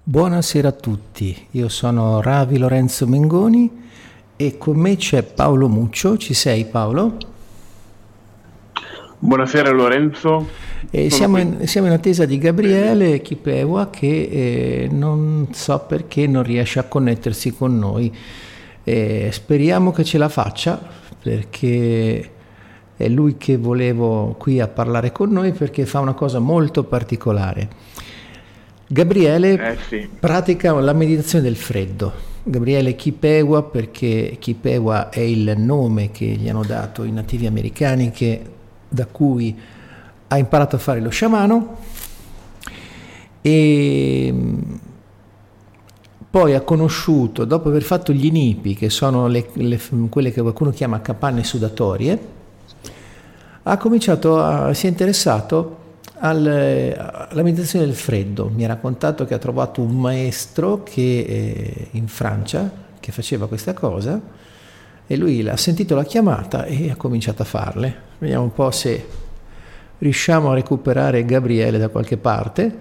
Buonasera a tutti, io sono Ravi Lorenzo Mengoni e con me c'è Paolo Muccio. Ci sei, Paolo? Buonasera Lorenzo. E siamo in attesa di Gabriele Chipewa che non so perché non riesce a connettersi con noi. Speriamo che ce la faccia, perché è lui che volevo qui a parlare con noi, perché fa una cosa molto particolare. Gabriele Sì. pratica la meditazione del freddo. Gabriele Chipewa, perché Chipewa è il nome che gli hanno dato i nativi americani, da cui ha imparato a fare lo sciamano, e poi ha conosciuto, dopo aver fatto gli inipi, che sono quelle che qualcuno chiama capanne sudatorie, si è interessato alla meditazione del freddo. Mi ha raccontato che ha trovato un maestro in Francia che faceva questa cosa, e lui ha sentito la chiamata e ha cominciato a farle. Vediamo un po' se riusciamo a recuperare Gabriele da qualche parte.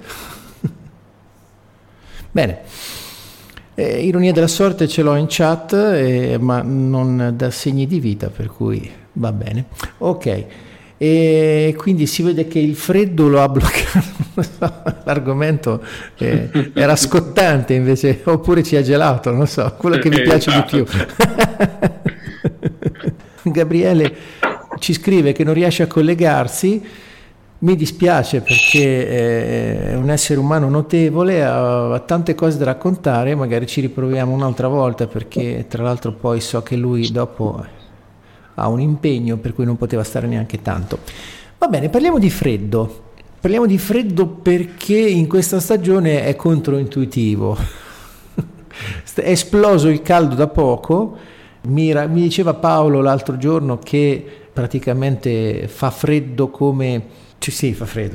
Bene, ironia della sorte, ce l'ho in chat, ma non dà segni di vita, per cui va bene. Ok. E quindi si vede che il freddo lo ha bloccato. L'argomento era scottante, invece, oppure ci ha gelato, non so, quello che mi piace di più. Gabriele ci scrive che non riesce a collegarsi. Mi dispiace, perché è un essere umano notevole, ha tante cose da raccontare. Magari ci riproviamo un'altra volta, perché tra l'altro poi so che lui dopo ha un impegno per cui non poteva stare neanche tanto. Va bene, parliamo di freddo. Parliamo di freddo perché in questa stagione è controintuitivo. È esploso il caldo da poco. Mi diceva Paolo l'altro giorno che praticamente fa freddo come... Sì, fa freddo,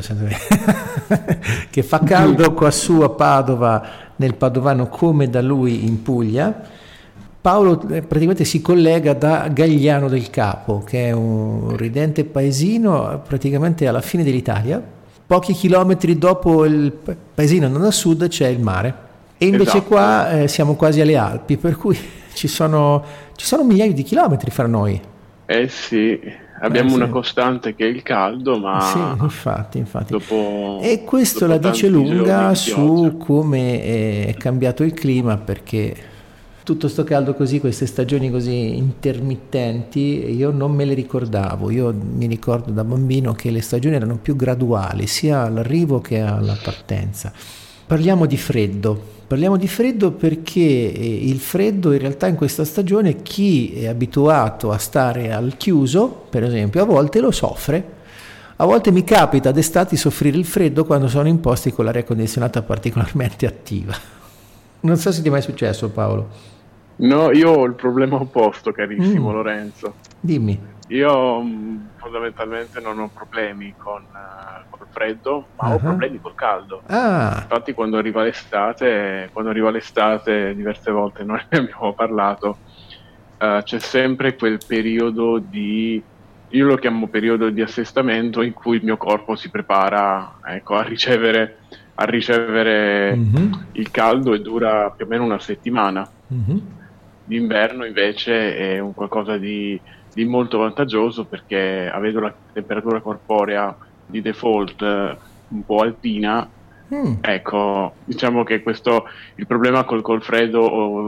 che fa caldo quassù a Padova, nel padovano, come da lui in Puglia. Paolo praticamente si collega da Gagliano del Capo, che è un ridente paesino praticamente alla fine dell'Italia. Pochi chilometri dopo il paesino andando a sud c'è il mare, e invece Esatto. qua siamo quasi alle Alpi, per cui ci sono migliaia di chilometri fra noi. Sì, abbiamo Sì. una costante che è il caldo, ma Sì, infatti. dopo, E questo dopo la dice tanti lunga giorni di pioggia. su come è cambiato il clima, perché tutto sto caldo così, queste stagioni così intermittenti, io non me le ricordavo. Io mi ricordo da bambino che le stagioni erano più graduali, sia all'arrivo che alla partenza. Parliamo di freddo perché il freddo in realtà in questa stagione, chi è abituato a stare al chiuso, per esempio, a volte lo soffre. A volte mi capita d'estate di soffrire il freddo quando sono in posti con l'aria condizionata particolarmente attiva. Non so se ti è mai successo, Paolo. No, io ho il problema opposto, carissimo Mm, Lorenzo. dimmi. Io fondamentalmente non ho problemi col freddo, ma ho Ah. problemi col caldo. Ah, Infatti quando arriva l'estate, diverse volte noi ne abbiamo parlato, c'è sempre quel periodo io lo chiamo periodo di assestamento, in cui il mio corpo si prepara, ecco, a ricevere mhm, il caldo, e dura più o meno una settimana. mhm. D'inverno invece è un qualcosa di molto vantaggioso, perché avendo la temperatura corporea di default un po' alpina, Mm. ecco, diciamo che il problema col freddo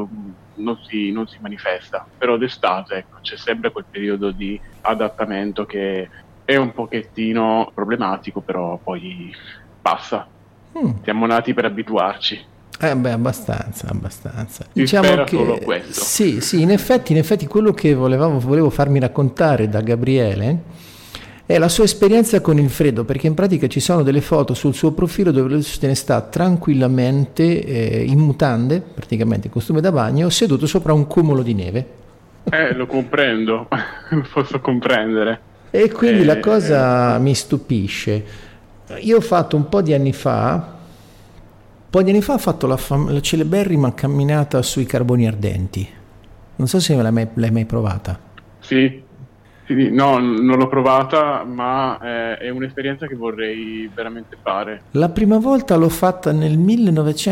non si manifesta, però d'estate, ecco, c'è sempre quel periodo di adattamento che è un pochettino problematico, però poi passa. Mm. Siamo nati per abituarci. Beh, abbastanza. Si Diciamo spera solo che questo. sì, in effetti quello che volevo farmi raccontare da Gabriele è la sua esperienza con il freddo, perché in pratica ci sono delle foto sul suo profilo dove lui se ne sta tranquillamente in mutande, praticamente in costume da bagno, seduto sopra un cumulo di neve. Lo comprendo, lo posso comprendere. E quindi la Eh, cosa mi stupisce. Io ho fatto un po' di anni fa ho fatto la celeberrima camminata sui carboni ardenti. Non so se l'hai mai provata. sì, sì, no, non l'ho provata, ma è un'esperienza che vorrei veramente fare. La prima volta l'ho fatta nel 1900,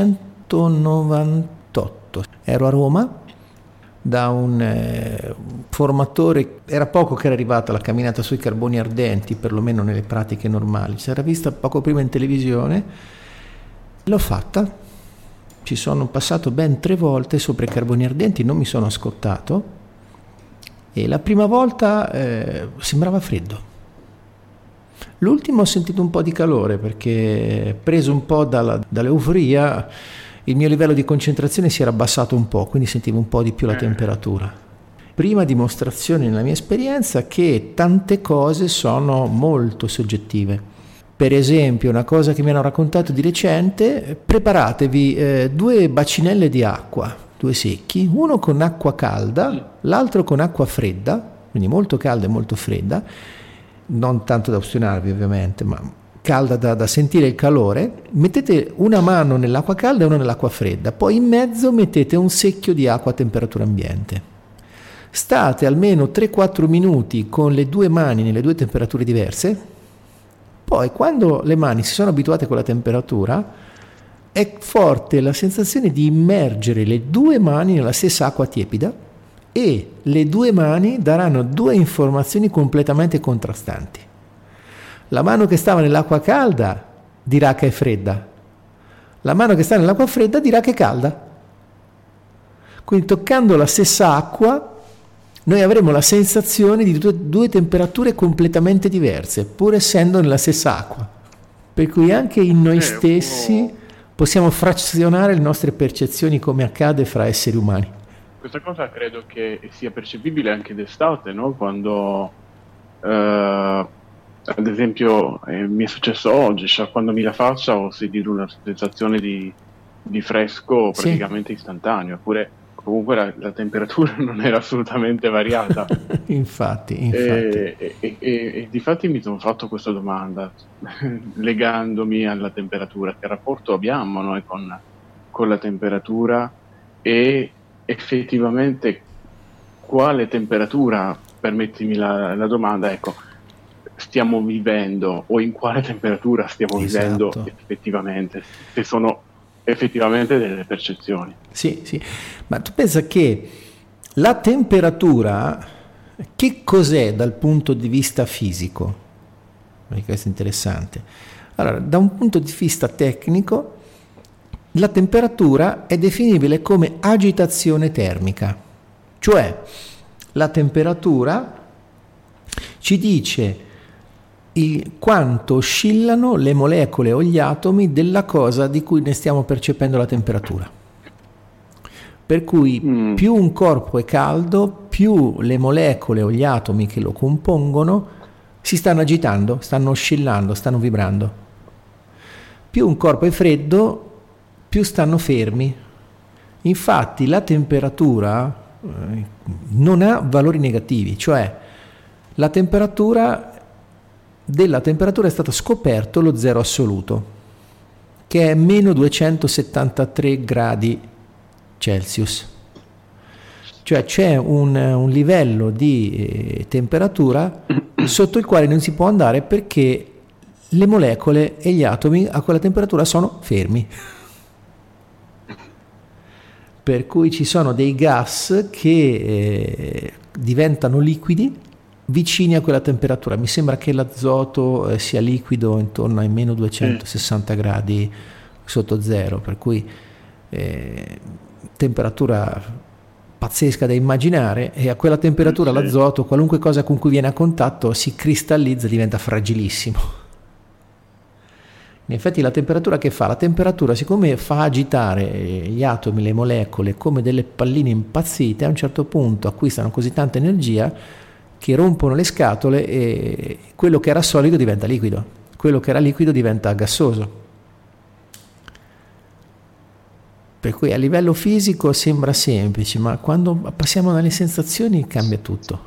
1998. Ero a Roma da un formatore, era poco che era arrivata la camminata sui carboni ardenti, perlomeno nelle pratiche normali, si era vista poco prima in televisione, l'ho fatta, ci sono passato ben 3 volte sopra i carboni ardenti, non mi sono scottato e la prima volta sembrava freddo. L'ultimo ho sentito un po' di calore perché, preso un po' dall'euforia, il mio livello di concentrazione si era abbassato un po', quindi sentivo un po' di più la temperatura. Prima dimostrazione nella mia esperienza che tante cose sono molto soggettive. Per esempio, una cosa che mi hanno raccontato di recente: preparatevi 2 bacinelle di acqua, 2 secchi, uno con acqua calda, l'altro con acqua fredda, quindi molto calda e molto fredda, non tanto da ustionarvi ovviamente, ma calda da sentire il calore. Mettete una mano nell'acqua calda e una nell'acqua fredda, poi in mezzo mettete un secchio di acqua a temperatura ambiente. State almeno 3-4 minuti con le 2 mani nelle 2 temperature diverse, poi quando le mani si sono abituate con la temperatura è forte la sensazione di immergere le 2 mani nella stessa acqua tiepida e le 2 mani daranno 2 informazioni completamente contrastanti. La mano che stava nell'acqua calda dirà che è fredda, la mano che sta nell'acqua fredda dirà che è calda. Quindi, toccando la stessa acqua, noi avremo la sensazione di 2 temperature completamente diverse, pur essendo nella stessa acqua. Per cui anche in noi stessi possiamo frazionare le nostre percezioni, come accade fra esseri umani. Questa cosa credo che sia percepibile anche d'estate, no? Quando ad esempio mi è successo oggi, sciacquandomi la faccia ho sentito una sensazione di fresco praticamente istantaneo, oppure comunque la temperatura non era assolutamente variata. Infatti. E difatti mi sono fatto questa domanda, legandomi alla temperatura: che rapporto abbiamo noi con la temperatura, e effettivamente quale temperatura, permettimi la domanda, ecco, stiamo vivendo, o in quale temperatura stiamo vivendo effettivamente, se sono effettivamente delle percezioni. Sì, ma tu pensa che la temperatura, che cos'è dal punto di vista fisico? Questo è interessante. Allora, da un punto di vista tecnico, la temperatura è definibile come agitazione termica, cioè la temperatura ci dice quanto oscillano le molecole o gli atomi della cosa di cui ne stiamo percependo la temperatura. Per cui più un corpo è caldo, più le molecole o gli atomi che lo compongono si stanno agitando, stanno oscillando, stanno vibrando. Più un corpo è freddo, più stanno fermi. Infatti la temperatura non ha valori negativi, cioè della temperatura è stato scoperto lo zero assoluto, che è meno 273 gradi Celsius. Cioè c'è un livello di temperatura sotto il quale non si può andare, perché le molecole e gli atomi a quella temperatura sono fermi. Per cui ci sono dei gas che diventano liquidi vicini a quella temperatura. Mi sembra che l'azoto sia liquido intorno ai meno 260 gradi sotto zero, per cui temperatura pazzesca da immaginare, e a quella temperatura l'azoto, qualunque cosa con cui viene a contatto, si cristallizza, diventa fragilissimo. In effetti la temperatura che fa? La temperatura, siccome fa agitare gli atomi, le molecole, come delle palline impazzite, a un certo punto acquistano così tanta energia che rompono le scatole e quello che era solido diventa liquido, quello che era liquido diventa gassoso. Per cui a livello fisico sembra semplice, ma quando passiamo dalle sensazioni cambia tutto.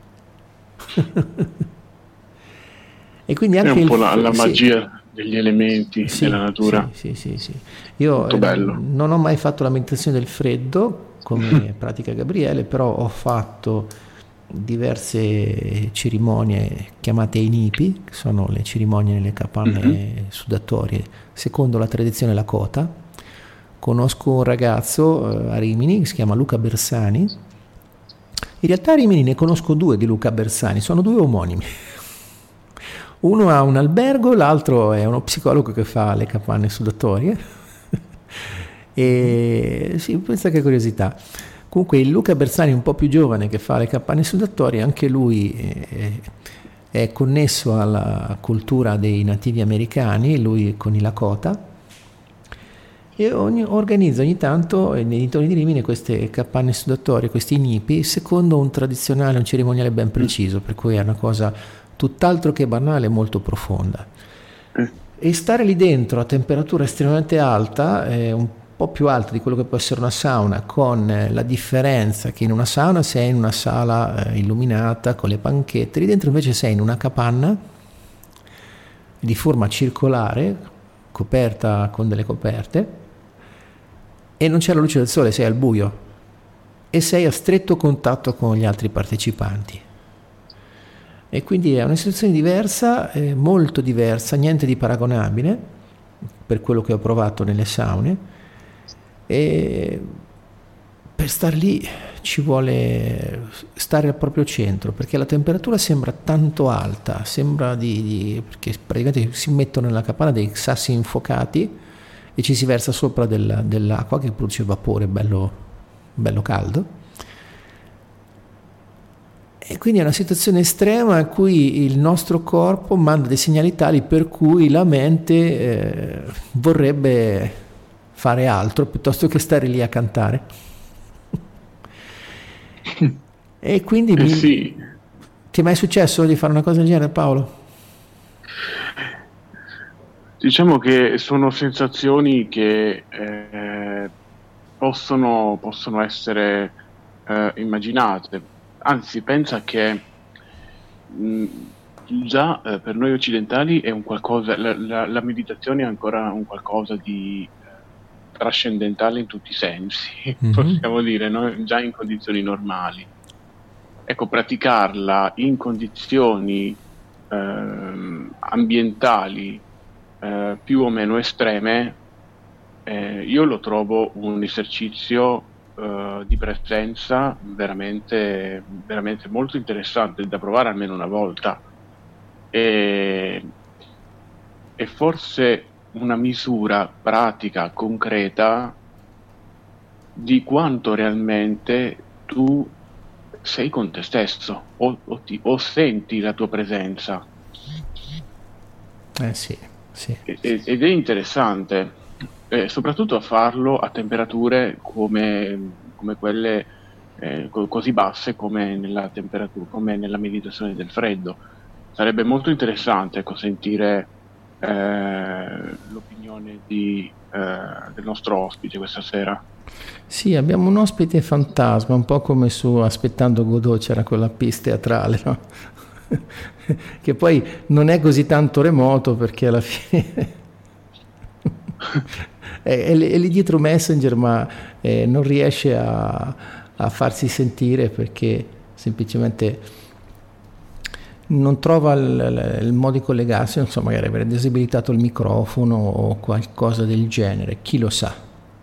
E quindi anche è un po' la magia degli elementi della natura. Sì. Io non ho mai fatto la meditazione del freddo come pratica Gabriele, però ho fatto diverse cerimonie chiamate Inipi, che sono le cerimonie nelle capanne sudatorie secondo la tradizione Lakota, conosco un ragazzo a Rimini che si chiama Luca Bersani. In realtà a Rimini ne conosco due di Luca Bersani, sono due omonimi. Uno ha un albergo, l'altro è uno psicologo che fa le capanne sudatorie. E sì, pensa che curiosità. Comunque il Luca Bersani, un po' più giovane, che fa le capanne sudatorie, anche lui è connesso alla cultura dei nativi americani, lui con i Lakota, e organizza ogni tanto nei dintorni di Rimini queste capanne sudatorie, questi nipi, secondo un tradizionale, un cerimoniale ben preciso, per cui è una cosa tutt'altro che banale, molto profonda. E stare lì dentro a temperatura estremamente alta, un po' più alta di quello che può essere una sauna, con la differenza che in una sauna sei in una sala illuminata con le panchette, lì dentro invece sei in una capanna di forma circolare, coperta con delle coperte, e non c'è la luce del sole, sei al buio e sei a stretto contatto con gli altri partecipanti. E quindi è una situazione diversa, molto diversa, niente di paragonabile per quello che ho provato nelle saune. E per star lì ci vuole stare al proprio centro, perché la temperatura sembra tanto alta, sembra perché praticamente si mettono nella capanna dei sassi infuocati e ci si versa sopra dell'acqua che produce vapore bello caldo. E quindi è una situazione estrema in cui il nostro corpo manda dei segnali tali per cui la mente vorrebbe fare altro piuttosto che stare lì a cantare. E quindi sì. Ti è mai successo di fare una cosa del genere, Paolo? Diciamo che sono sensazioni che possono essere immaginate. Anzi, pensa che già per noi occidentali è un qualcosa, la meditazione è ancora un qualcosa di trascendentale in tutti i sensi, possiamo dire, no? Già in condizioni normali. Ecco, praticarla in condizioni ambientali più o meno estreme, io lo trovo un esercizio di presenza veramente, veramente molto interessante da provare almeno una volta, e forse una misura pratica, concreta di quanto realmente tu sei con te stesso o senti la tua presenza. Sì. Ed è interessante, soprattutto a farlo a temperature come quelle così basse come nella meditazione del freddo. Sarebbe molto interessante sentire l'opinione del nostro ospite questa sera. Sì, abbiamo un ospite fantasma, un po' come su Aspettando Godot c'era quella pista teatrale, no? Che poi non è così tanto remoto, perché alla fine è lì dietro Messenger, ma non riesce a farsi sentire perché semplicemente non trova il modo di collegarsi, non so, magari aver disabilitato il microfono o qualcosa del genere, chi lo sa,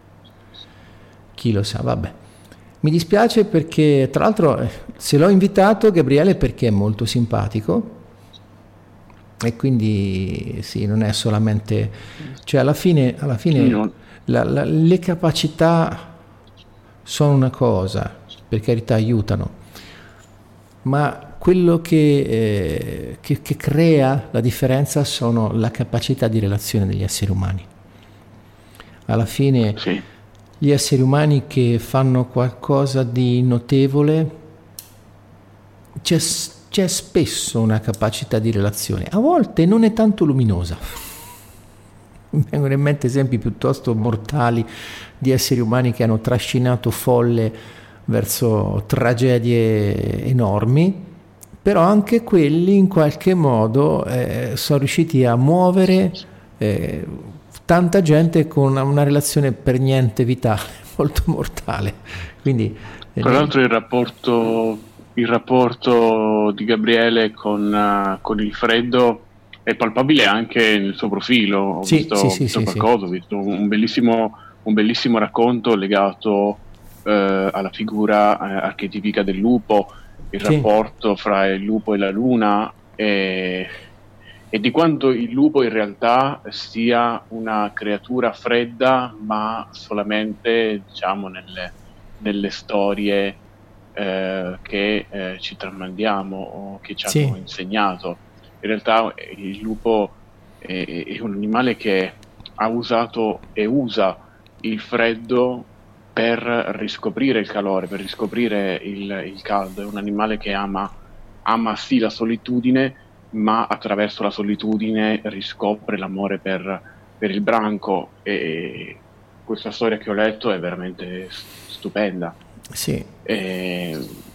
vabbè. Mi dispiace perché, tra l'altro, se l'ho invitato Gabriele perché è molto simpatico e quindi sì, non è solamente, cioè alla fine le capacità sono una cosa, per carità aiutano, ma quello che crea la differenza sono la capacità di relazione degli esseri umani. Alla fine sì. Gli esseri umani che fanno qualcosa di notevole, c'è spesso una capacità di relazione, a volte non è tanto luminosa. Mi vengono in mente esempi piuttosto mortali di esseri umani che hanno trascinato folle verso tragedie enormi, però anche quelli in qualche modo sono riusciti a muovere tanta gente con una relazione per niente vitale, molto mortale. Quindi, tra l'altro il rapporto di Gabriele con il freddo è palpabile anche nel suo profilo. Ho visto qualcosa, ho visto un bellissimo un bellissimo racconto legato alla figura archetipica del lupo, il rapporto fra il lupo e la luna, e di quanto il lupo in realtà sia una creatura fredda, ma solamente, diciamo, nelle storie che ci tramandiamo o che ci hanno insegnato. In realtà il lupo è un animale che ha usato e usa il freddo per riscoprire il calore, per riscoprire il caldo. È un animale che ama sì la solitudine, ma attraverso la solitudine riscopre l'amore per il branco, e questa storia che ho letto è veramente stupenda. Sì. È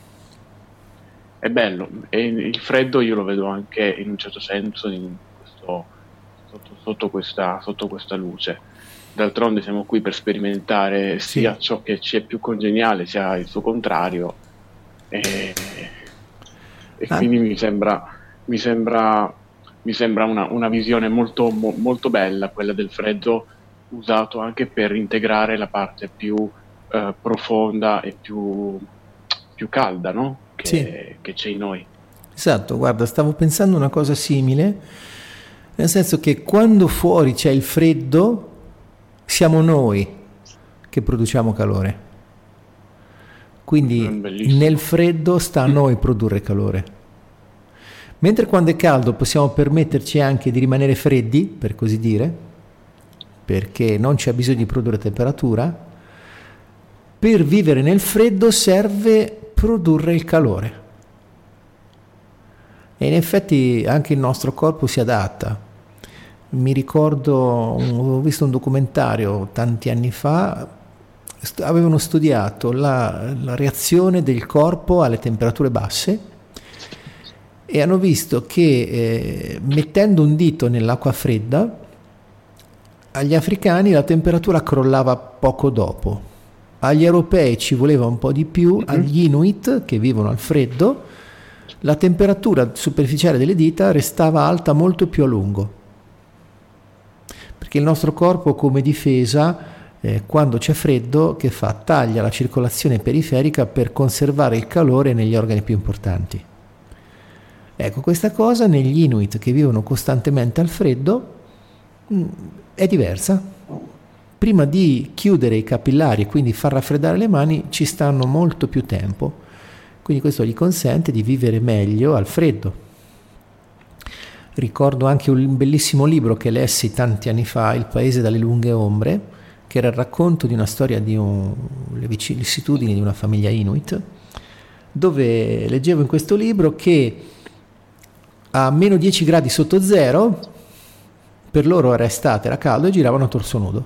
bello, e il freddo io lo vedo anche in un certo senso sotto questa luce. D'altronde siamo qui per sperimentare sia ciò che ci è più congeniale, sia il suo contrario, e quindi mi sembra una visione molto, molto bella, quella del freddo usato anche per integrare la parte più profonda e più calda, no? Che c'è in noi. Esatto, guarda, stavo pensando una cosa simile, nel senso che quando fuori c'è il freddo siamo noi che produciamo calore, quindi nel freddo sta a noi produrre calore, mentre quando è caldo possiamo permetterci anche di rimanere freddi, per così dire, perché non c'è bisogno di produrre temperatura. Per vivere nel freddo serve produrre il calore, e in effetti anche il nostro corpo si adatta. Mi ricordo, ho visto un documentario tanti anni fa, avevano studiato la reazione del corpo alle temperature basse, e hanno visto che mettendo un dito nell'acqua fredda, agli africani la temperatura crollava poco dopo, agli europei ci voleva un po' di più, agli Inuit che vivono al freddo la temperatura superficiale delle dita restava alta molto più a lungo, perché il nostro corpo, come difesa, quando c'è freddo, che fa? Taglia la circolazione periferica per conservare il calore negli organi più importanti. Ecco, questa cosa negli Inuit che vivono costantemente al freddo è diversa. Prima di chiudere i capillari e quindi far raffreddare le mani ci stanno molto più tempo, quindi questo gli consente di vivere meglio al freddo. Ricordo anche un bellissimo libro che lessi tanti anni fa, Il paese dalle lunghe ombre, che era il racconto di una storia di le vicissitudini di una famiglia Inuit, dove leggevo in questo libro che a meno 10 gradi sotto zero per loro era estate, era caldo e giravano a torso nudo.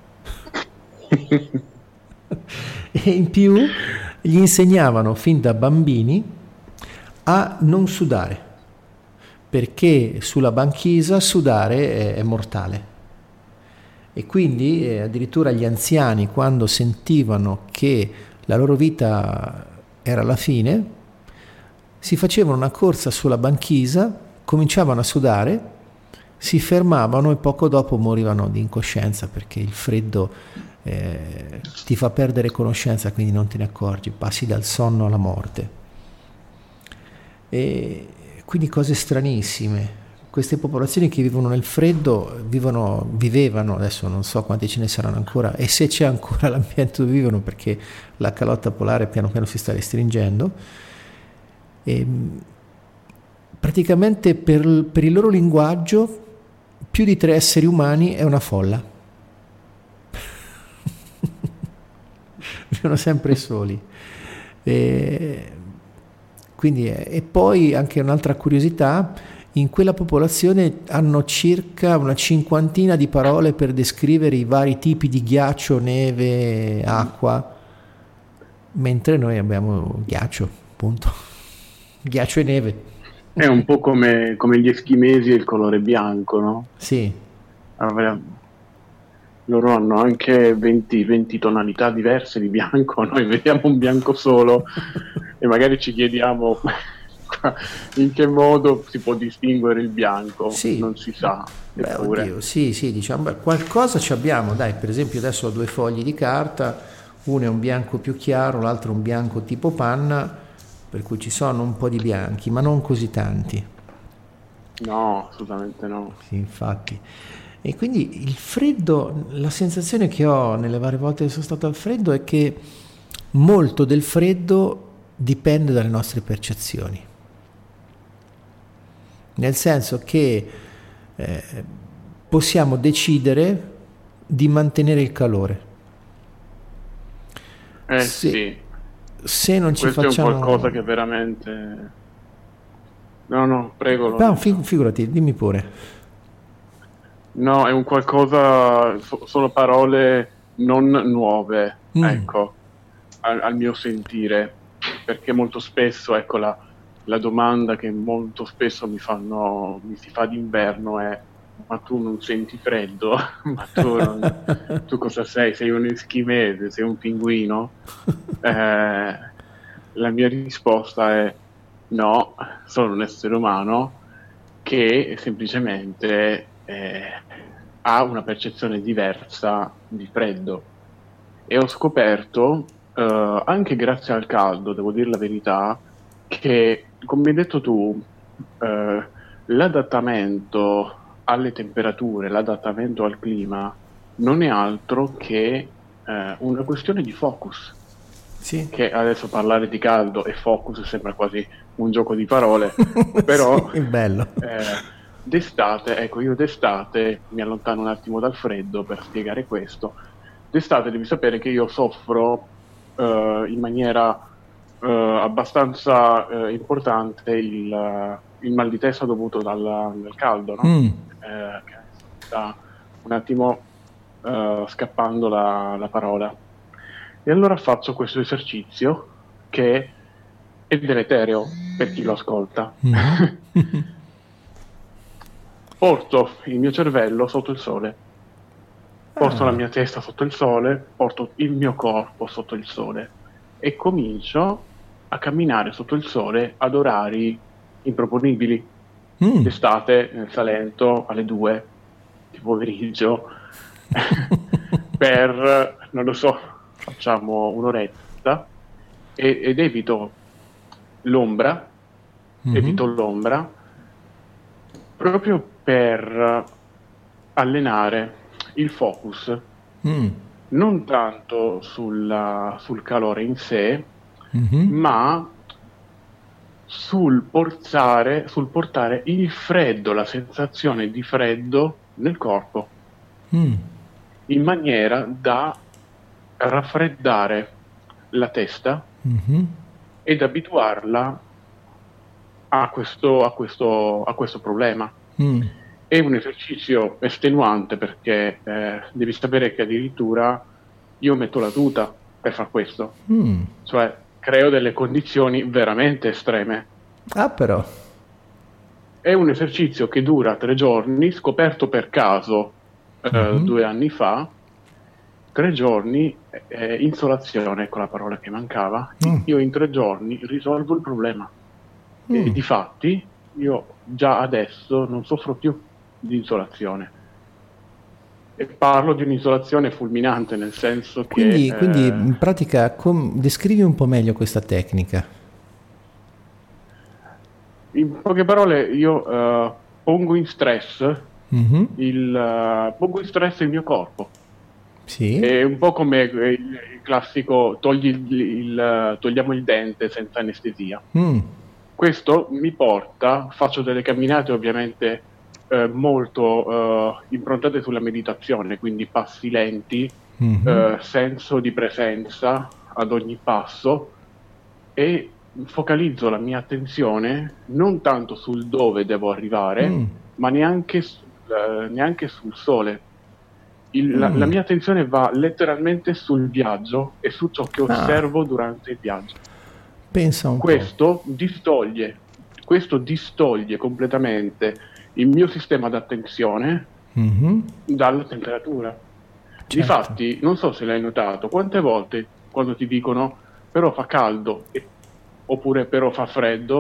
E in più gli insegnavano fin da bambini a non sudare, perché sulla banchisa sudare è mortale. E quindi addirittura gli anziani, quando sentivano che la loro vita era alla fine, si facevano una corsa sulla banchisa, cominciavano a sudare, si fermavano e poco dopo morivano di incoscienza, perché il freddo ti fa perdere conoscenza, quindi non te ne accorgi, passi dal sonno alla morte. E quindi cose stranissime. Queste popolazioni che vivono nel freddo vivevano, adesso non so quanti ce ne saranno ancora, e se c'è ancora l'ambiente dove vivono, perché la calotta polare piano piano si sta restringendo. E praticamente per il loro linguaggio più di 3 esseri umani è una folla. Vivono sempre soli. Quindi, e poi anche un'altra curiosità: in quella popolazione hanno circa una 50 di parole per descrivere i vari tipi di ghiaccio, neve, acqua, mentre noi abbiamo ghiaccio, appunto. Ghiaccio e neve. È un po' come gli eschimesi e il colore bianco, no? Sì. Loro hanno anche 20 tonalità diverse di bianco, noi vediamo un bianco solo e magari ci chiediamo in che modo si può distinguere il bianco, Sì. non si sa. Beh, Eppure. oddio, sì, diciamo, beh, qualcosa ci abbiamo, dai, per esempio adesso ho 2 fogli di carta, uno è un bianco più chiaro, l'altro un bianco tipo panna, per cui ci sono un po' di bianchi, ma non così tanti. No, assolutamente no. Sì, infatti. E quindi il freddo, la sensazione che ho nelle varie volte che sono stato al freddo è che molto del freddo dipende dalle nostre percezioni. Nel senso che possiamo decidere di mantenere il calore. Sì, Se non ci questo è un facciamo... qualcosa che veramente... No, prego No, Lorenzo. figurati, dimmi pure. No, è un qualcosa, sono parole non nuove, Mm, ecco, al mio sentire, perché molto spesso, ecco, la domanda che molto spesso mi si fa d'inverno è: ma tu non senti freddo? Ma tu cosa sei? Sei un eschimese? Sei un pinguino? La mia risposta è no, sono un essere umano che semplicemente ha una percezione diversa di freddo. E ho scoperto, anche grazie al caldo, devo dire la verità, che, come hai detto tu, l'adattamento alle temperature, l'adattamento al clima non è altro che una questione di focus. sì. Che adesso parlare di caldo e focus sembra quasi un gioco di parole, però Sì, bello. d'estate, ecco, io d'estate mi allontano un attimo dal freddo per spiegare questo. D'estate devi sapere che io soffro in maniera abbastanza importante il mal di testa dovuto dal caldo, no? Mm, Che sta un attimo scappando la parola. E allora faccio questo esercizio che è deleterio per chi lo ascolta. mhm. Porto il mio cervello sotto il sole, porto la Ah, mia testa sotto il sole, porto il mio corpo sotto il sole e comincio a camminare sotto il sole ad orari improponibili. mm. D'estate nel Salento alle 2 di pomeriggio per, non lo so, facciamo un'oretta ed l'ombra, evito Mhm. l'ombra proprio per allenare il focus Mm, non tanto sul calore in sé, mhm. ma sul portare il freddo, la sensazione di freddo nel corpo, Mm. in maniera da raffreddare la testa Mhm. ed abituarla a questo problema. Mm. È un esercizio estenuante perché devi sapere che addirittura io metto la tuta per far questo, Mm. cioè creo delle condizioni veramente estreme. Ah, però. È un esercizio che dura 3 giorni, scoperto per caso Mhm. 2 anni fa. 3 giorni, insolazione, ecco la parola che mancava. Mm. Io in 3 giorni risolvo il problema. E Mm. difatti io già adesso non soffro più di insolazione. E parlo di un'isolazione fulminante, nel senso che Quindi in pratica descrivi un po' meglio questa tecnica. in poche parole io pongo in stress Mhm. pongo in stress il mio corpo. Sì. È un po' come il classico togliamo il dente senza anestesia. Mm. Questo mi porta, faccio delle camminate ovviamente molto improntate sulla meditazione, quindi passi lenti, Mhm. senso di presenza ad ogni passo e focalizzo la mia attenzione non tanto sul dove devo arrivare, Mm. ma neanche sul sole. La Mm. mia attenzione va letteralmente sul viaggio e su ciò che Ah, osservo durante il viaggio. pensa un po'. Questo distoglie completamente il mio sistema d'attenzione Mhm. dalla temperatura. Certo. Difatti, non so se l'hai notato, quante volte quando ti dicono però fa caldo oppure però fa freddo,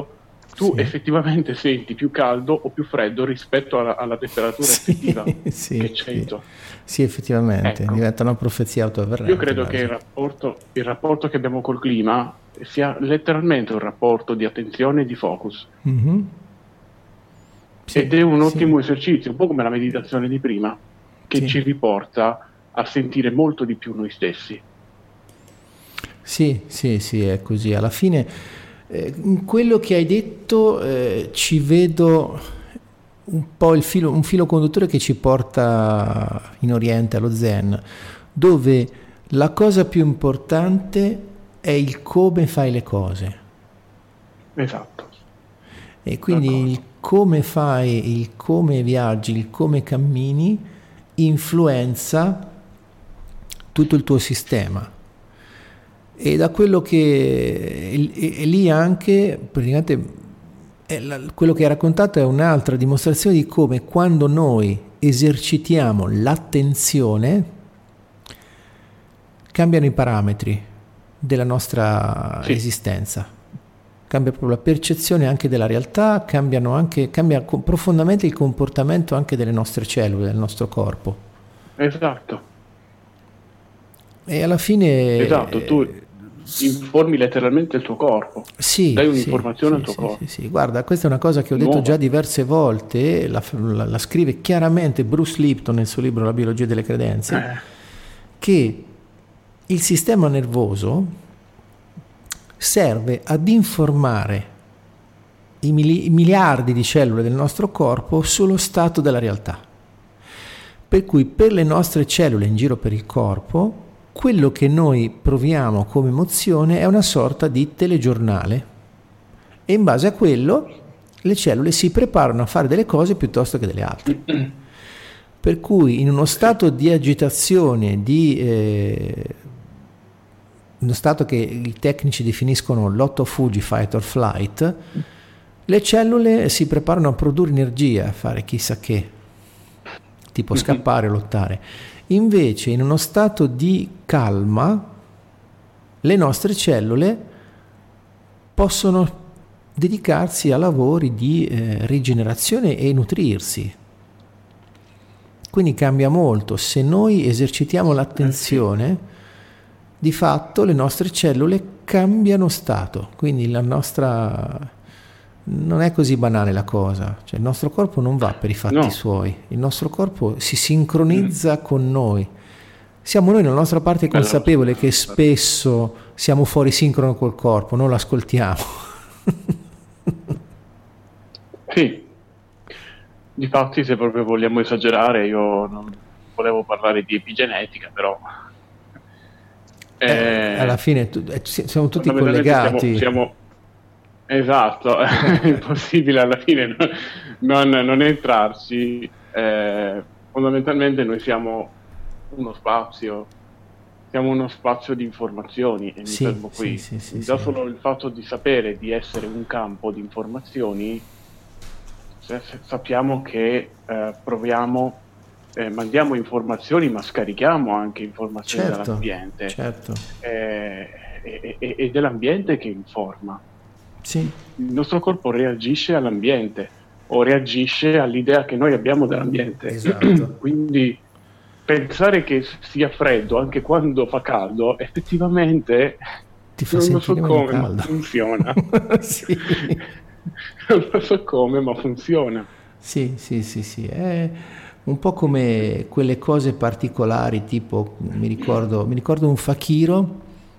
tu sì. effettivamente senti più caldo o più freddo rispetto alla temperatura effettiva Sì, che c'è sì. intorno. Sì, effettivamente, Ecco, diventa una profezia io autoavverrente credo che quasi. il rapporto che abbiamo col clima sia letteralmente un rapporto di attenzione e di focus. Mhm. Sì, Ed è un sì, ottimo esercizio, un po' come la meditazione di prima, che sì. ci riporta a sentire molto di più noi stessi. Sì, sì, sì, è così. Alla fine, in quello che hai detto, ci vedo un po' un filo conduttore che ci porta in Oriente, allo Zen, dove la cosa più importante è il come fai le cose. Esatto, E quindi il d'accordo. come fai, il come viaggi, il come cammini influenza tutto il tuo sistema. E da quello che e lì anche praticamente quello che hai raccontato è un'altra dimostrazione di come quando noi esercitiamo l'attenzione cambiano i parametri della nostra Sì, esistenza, cambia proprio la percezione anche della realtà, cambia profondamente il comportamento anche delle nostre cellule, del nostro corpo. esatto, E alla esatto. Tu fine informi letteralmente il tuo corpo, sì, dai sì, un'informazione al sì, tuo sì, sì, corpo, sì. Guarda, questa è una cosa che ho detto già nuova. diverse volte, la scrive chiaramente Bruce Lipton nel suo libro La biologia delle credenze, Eh, che il sistema nervoso serve ad informare i miliardi di cellule del nostro corpo sullo stato della realtà. Per cui per le nostre cellule in giro per il corpo, quello che noi proviamo come emozione è una sorta di telegiornale e in base a quello le cellule si preparano a fare delle cose piuttosto che delle altre. Per cui in uno sì, stato di agitazione, uno stato che i tecnici definiscono lotto fugi, fight or flight, le cellule si preparano a produrre energia, a fare chissà che, tipo scappare o lottare. Invece in uno stato di calma le nostre cellule possono dedicarsi a lavori di rigenerazione e nutrirsi. Quindi cambia molto. Se noi esercitiamo sì. l'attenzione, di fatto le nostre cellule cambiano stato. Quindi la nostra non è così banale la cosa. Cioè, il nostro corpo non va per i fatti No. suoi, il nostro corpo si Mm. sincronizza con noi. Siamo noi nella nostra parte Bella consapevole che autonomia. spesso siamo fuori sincrono col corpo, non lo ascoltiamo. Sì, difatti se proprio vogliamo esagerare, io non volevo parlare di epigenetica, però Alla eh, fine siamo tutti fondamentalmente collegati. esatto, è impossibile alla fine non entrarci. Fondamentalmente noi uno spazio, siamo uno spazio di informazioni e mi Sì, fermo sì, qui. sì, sì, Già sì. solo il fatto di sapere di essere un campo di informazioni, sappiamo che proviamo, mandiamo informazioni, ma scarichiamo anche informazioni Certo, dall'ambiente, certo. eh, ed è l'ambiente che informa. Sì, Il nostro corpo reagisce all'ambiente o reagisce all'idea che noi abbiamo dell'ambiente. esatto. Quindi pensare che sia freddo anche quando fa caldo, effettivamente Ti fa non lo so sentire meno come, ma caldo. funziona. Sì. Non lo so come, ma funziona. Sì, sì, sì, sì, è un po' come quelle cose particolari, tipo mi ricordo un fakiro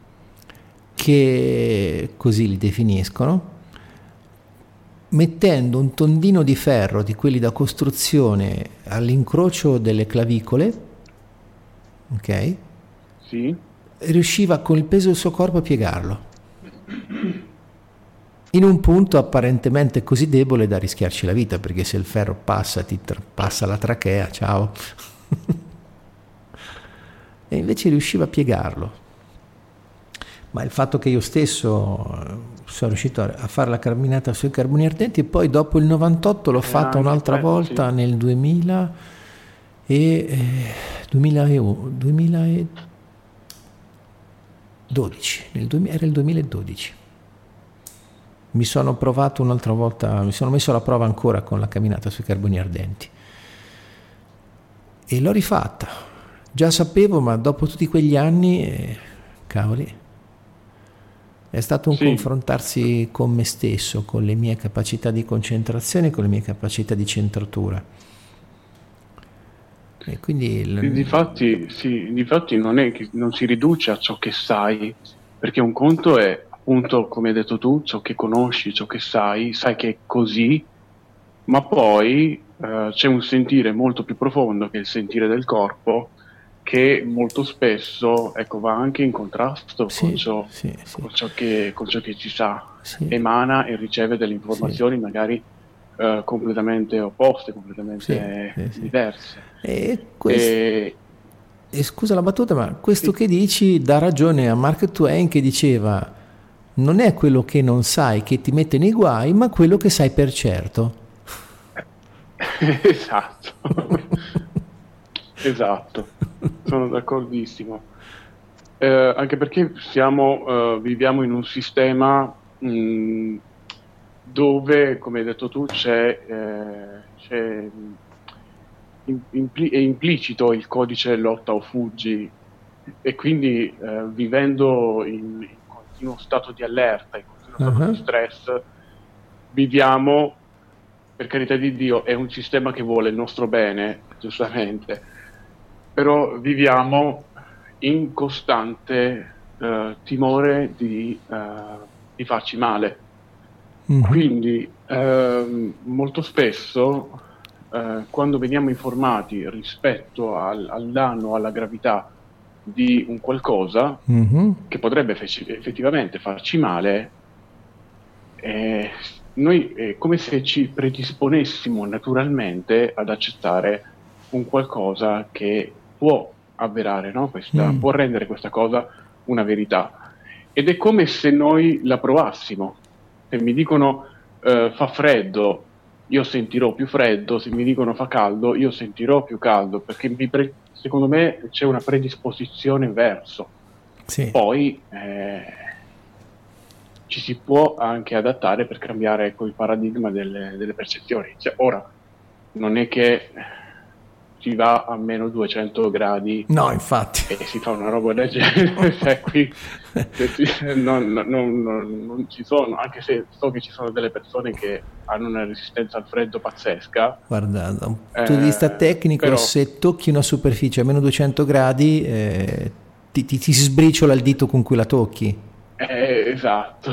che così li definiscono, mettendo un tondino di ferro di quelli da costruzione all'incrocio delle clavicole, ok? Sì, Riusciva con il peso del suo corpo a piegarlo in un punto apparentemente così debole da rischiarci la vita, perché se il ferro passa, passa la trachea, ciao. E invece riusciva a piegarlo. Ma il fatto che io stesso sono riuscito a fare la camminata sui carboni ardenti e poi dopo il 98 l'ho fatta anche un'altra quello, sì. volta nel 2000 2012, era il 2012. mi sono provato un'altra volta, mi sono messo alla prova ancora con la camminata sui carboni ardenti e l'ho rifatta. Già sapevo, ma dopo tutti quegli anni, cavoli, è stato un confrontarsi con me stesso, con le mie capacità di concentrazione, con le mie capacità di centratura. E quindi difatti non è che non si riduce a ciò che sai, perché un conto è appunto, come hai detto tu, ciò che conosci, ciò che sai che è così, ma poi c'è un sentire molto più profondo, che è il sentire del corpo, che molto spesso va anche in contrasto con ciò che ci sa, emana e riceve delle informazioni magari completamente opposte, completamente diverse. E scusa la battuta, ma questo che dici dà ragione a Mark Twain, che diceva: non è quello che non sai che ti mette nei guai, ma quello che sai per certo. Esatto. Esatto, sono d'accordissimo. Anche perché viviamo in un sistema dove, come hai detto tu, è implicito il codice lotta o fuggi, e quindi vivendo in continuo stato di allerta, in continuo stato di stress, viviamo, per carità di Dio, è un sistema che vuole il nostro bene, giustamente, però viviamo in costante timore di farci male. Quindi molto spesso quando veniamo informati rispetto al danno, alla gravità di un qualcosa che potrebbe effettivamente farci male, noi è come se ci predisponessimo naturalmente ad accettare un qualcosa che può avverare, no? Può rendere questa cosa una verità, ed è come se noi la provassimo. Se mi dicono fa freddo, io sentirò più freddo; se mi dicono fa caldo, io sentirò più caldo, perché secondo me c'è una predisposizione verso. Poi ci si può anche adattare per cambiare il paradigma delle percezioni. Ora, non è che si va a meno 200 gradi, no, infatti, e si fa una roba del genere. Qui non ci sono, anche se so che ci sono delle persone che hanno una resistenza al freddo pazzesca. Guarda, da un punto di vista tecnico, però, se tocchi una superficie a meno 200 gradi ti sbriciola il dito con cui la tocchi. Esatto.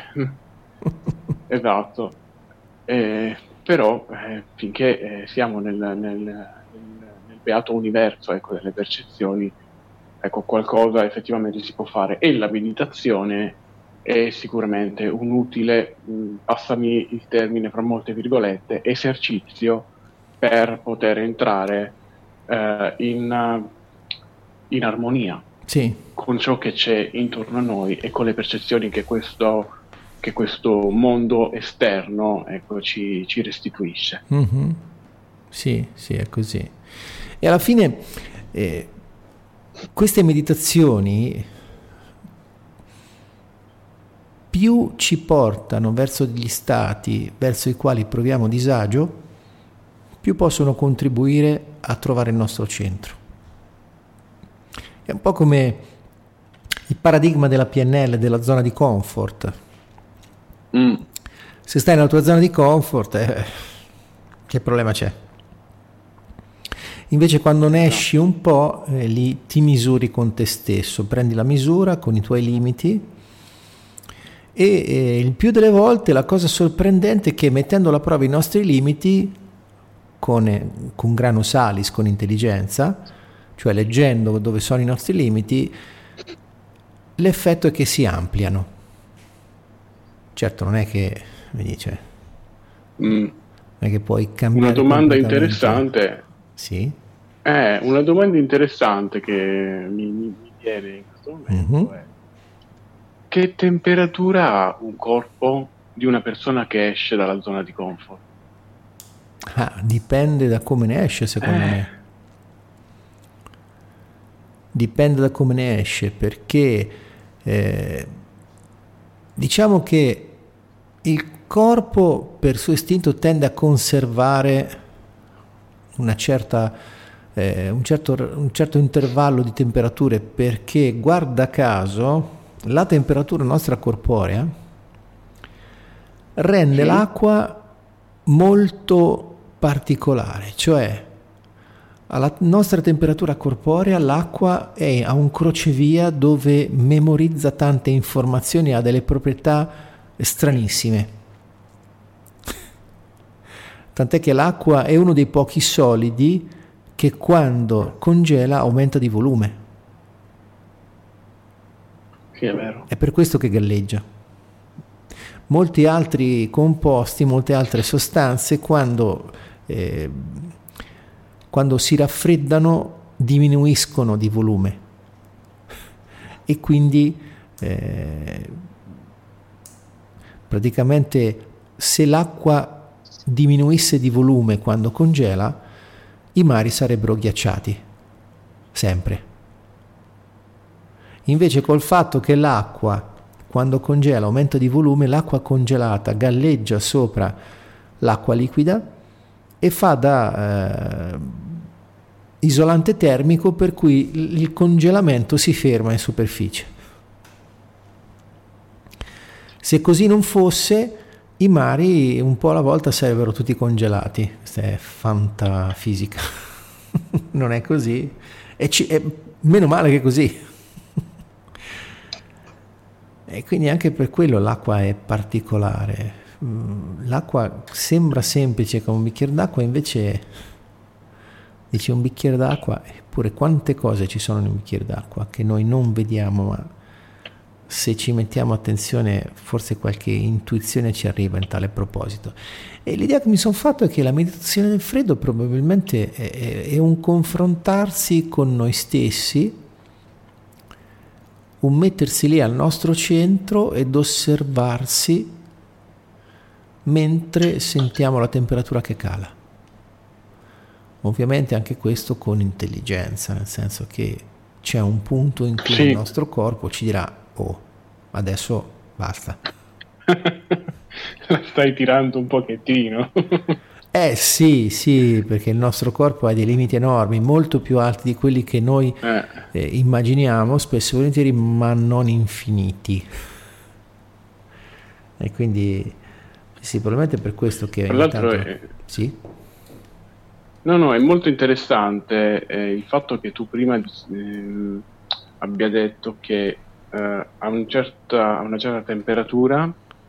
Esatto. Però finché siamo nel beato universo, delle percezioni, qualcosa effettivamente si può fare, e la meditazione è sicuramente un utile, passami il termine fra molte virgolette, esercizio per poter entrare in armonia con ciò che c'è intorno a noi e con le percezioni che questo mondo esterno ci restituisce. Sì, è così. E alla fine queste meditazioni più ci portano verso degli stati verso i quali proviamo disagio, più possono contribuire a trovare il nostro centro. È un po' come il paradigma della PNL, della zona di comfort. Se stai nella tua zona di comfort, che problema c'è? Invece quando ne esci un po', lì ti misuri con te stesso, prendi la misura con i tuoi limiti, e il più delle volte la cosa sorprendente è che, mettendo alla prova i nostri limiti con grano salis, con intelligenza, cioè leggendo dove sono i nostri limiti, l'effetto è che si ampliano. Certo, non è che mi dice, non è che puoi cambiare. Una domanda interessante. Sì? Una domanda interessante che mi viene in questo momento è: che temperatura ha un corpo di una persona che esce dalla zona di comfort? Dipende da come ne esce, secondo me. Dipende da come ne esce, perché diciamo che Il corpo per suo istinto tende a conservare una certa, un certo intervallo di temperature, perché guarda caso la temperatura nostra corporea rende l'acqua molto particolare, cioè alla nostra temperatura corporea l'acqua è a un crocevia dove memorizza tante informazioni, ha delle proprietà stranissime. Tant'è che l'acqua è uno dei pochi solidi che quando congela aumenta di volume. Sì, è vero. È per questo che galleggia. Molti altri composti, molte altre sostanze, quando si raffreddano, diminuiscono di volume. E quindi praticamente se l'acqua diminuisse di volume quando congela, i mari sarebbero ghiacciati, sempre. Invece col fatto che l'acqua quando congela aumenta di volume, l'acqua congelata galleggia sopra l'acqua liquida e fa da isolante termico, per cui il congelamento si ferma in superficie. Se così non fosse, i mari un po' alla volta sarebbero tutti congelati. Questa è fantafisica. Non è così. È meno male che è così. E quindi anche per quello l'acqua è particolare. L'acqua sembra semplice come un bicchiere d'acqua, invece dici un bicchiere d'acqua, eppure quante cose ci sono in un bicchiere d'acqua che noi non vediamo, ma se ci mettiamo attenzione forse qualche intuizione ci arriva in tale proposito. E l'idea che mi sono fatto è che la meditazione del freddo probabilmente è un confrontarsi con noi stessi, un mettersi lì al nostro centro ed osservarsi mentre sentiamo la temperatura che cala. Ovviamente anche questo con intelligenza, nel senso che c'è un punto in cui il nostro corpo ci dirà: oh, adesso basta. La stai tirando un pochettino. Sì, perché il nostro corpo ha dei limiti enormi, molto più alti di quelli che noi immaginiamo, spesso e volentieri, ma non infiniti. E quindi sì, probabilmente è per questo che... Tra l'altro sì? No, è molto interessante il fatto che tu prima abbia detto che a una certa temperatura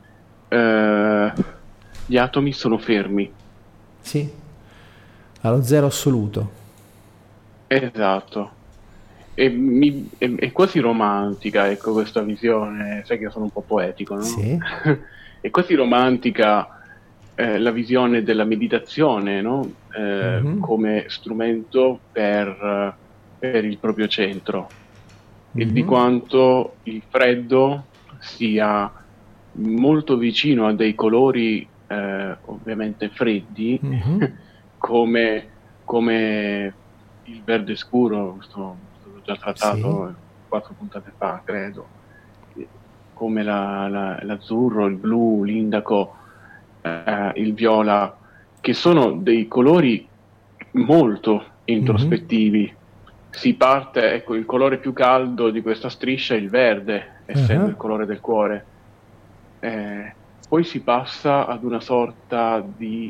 gli atomi sono fermi. Sì, allo zero assoluto. Esatto. È quasi romantica, ecco, questa visione. Sai che io sono un po' poetico, no? Sì. È quasi romantica la visione della meditazione, no? Come strumento per il proprio centro, e di quanto il freddo sia molto vicino a dei colori ovviamente freddi, come il verde scuro, questo l'ho già trattato 4 puntate fa, credo, come l'azzurro, il blu, l'indaco, il viola, che sono dei colori molto introspettivi. Si parte, ecco, il colore più caldo di questa striscia è il verde, essendo il colore del cuore. Poi si passa ad una sorta di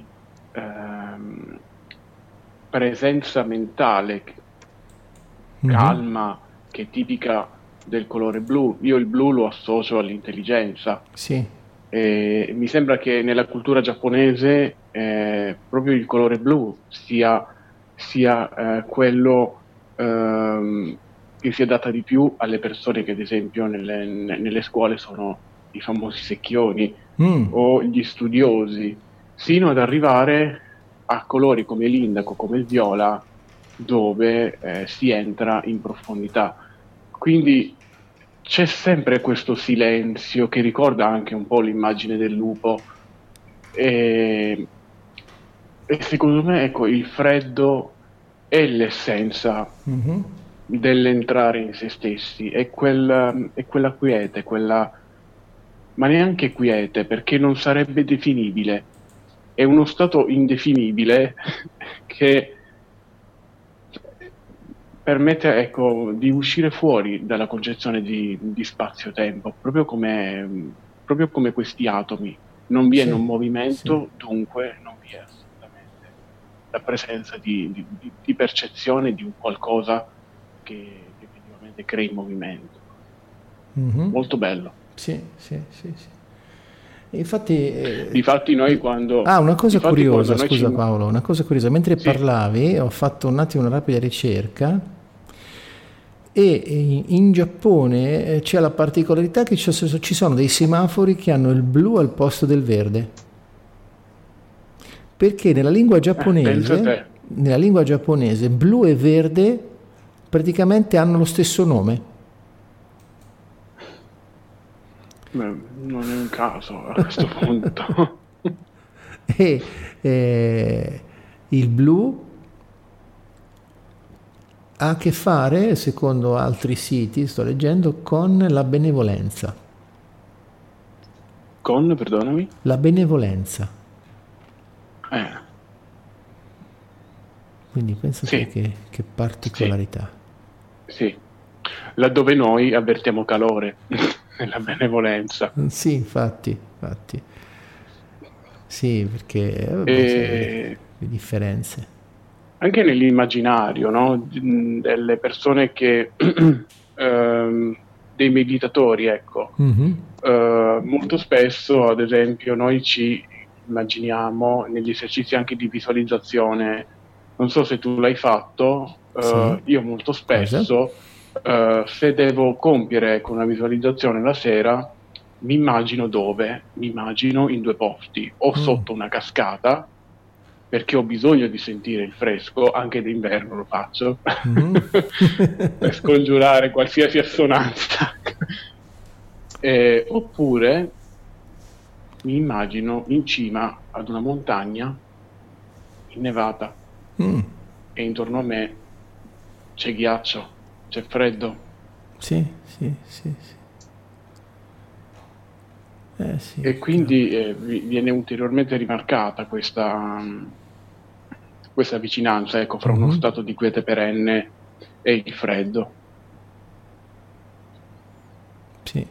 presenza mentale calma, che è tipica del colore blu. Io il blu lo associo all'intelligenza. Sì. Mi sembra che nella cultura giapponese proprio il colore blu sia quello che si adatta di più alle persone che ad esempio nelle scuole sono i famosi secchioni o gli studiosi, sino ad arrivare a colori come l'indaco, come il viola, dove si entra in profondità. Quindi c'è sempre questo silenzio che ricorda anche un po' l'immagine del lupo, e secondo me, ecco, il freddo è l'essenza dell'entrare in se stessi, è quella quiete, quella ma neanche quiete, perché non sarebbe definibile. È uno stato indefinibile che permette, ecco, di uscire fuori dalla concezione di spazio-tempo, proprio come questi atomi. Non vi è Sì, un sì. movimento, dunque non vi è assolutamente la presenza di percezione di un qualcosa che effettivamente crei movimento. Mhm. Molto bello. Sì, sì, sì, sì. Infatti, Difatti noi quando, una cosa difatti quando curiosa, noi scusa ci... Paolo, una cosa curiosa, mentre Sì, parlavi ho fatto un attimo una rapida ricerca e in Giappone c'è la particolarità che ci sono dei semafori che hanno il blu al posto del verde, perché pensa a te. nella lingua giapponese blu e verde praticamente hanno lo stesso nome. Non è un caso a questo punto. E il blu ha a che fare, secondo altri siti, sto leggendo, con la benevolenza. Con, perdonami? La benevolenza. Eh, Quindi pensa te sì, che sì, particolarità. sì. Laddove noi avvertiamo calore nella benevolenza. Sì, infatti, infatti. Sì, perché vabbè, sai, E le differenze. anche nell'immaginario, no? Delle persone che, dei meditatori, ecco. Mhm. Molto spesso, ad esempio, noi ci immaginiamo negli esercizi anche di visualizzazione, non so se tu l'hai fatto, Sì. io molto Cosa? spesso, se devo compiere ecco, una visualizzazione la sera, mi immagino dove? Mi immagino in due posti, o Mm. sotto una cascata, perché ho bisogno di sentire il fresco, anche d'inverno lo faccio, Mhm. per scongiurare qualsiasi assonanza. Oppure mi immagino in cima ad una montagna innevata Mm. e intorno a me c'è ghiaccio, c'è freddo. Sì, sì, sì, sì. Sì, E quindi viene ulteriormente rimarcata questa vicinanza, ecco, fra uno Mhm. stato di quiete perenne e il freddo. Sì.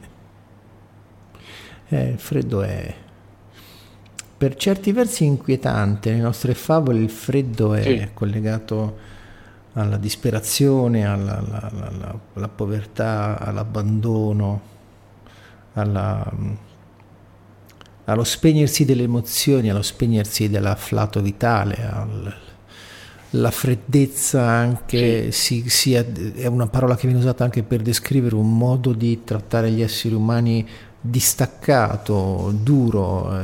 Il freddo è per certi versi inquietante. Nelle nostre favole il freddo Sì, è collegato alla disperazione, alla povertà, all'abbandono, alla, allo spegnersi delle emozioni, allo spegnersi dell'afflato vitale, la freddezza sì, anche è una parola che viene usata anche per descrivere un modo di trattare gli esseri umani distaccato, duro,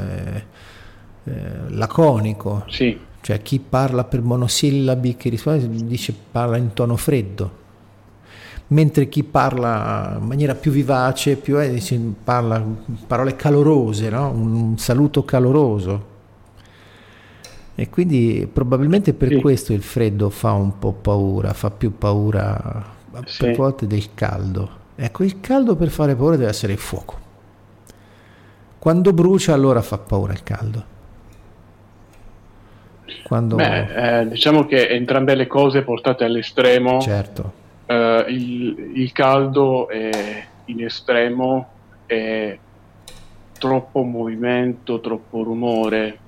laconico. sì, Cioè chi parla per monosillabi che risponde dice parla in tono freddo, mentre chi parla in maniera più vivace dice, parla parole calorose, no? Un saluto caloroso. E quindi probabilmente per sì, questo il freddo fa un po' paura, fa più paura per sì. volte del caldo. Ecco, il caldo per fare paura deve essere il fuoco. Quando brucia allora fa paura il caldo. Quando... Beh, diciamo che entrambe le cose portate all'estremo, Certo, il caldo è in estremo è troppo movimento, troppo rumore,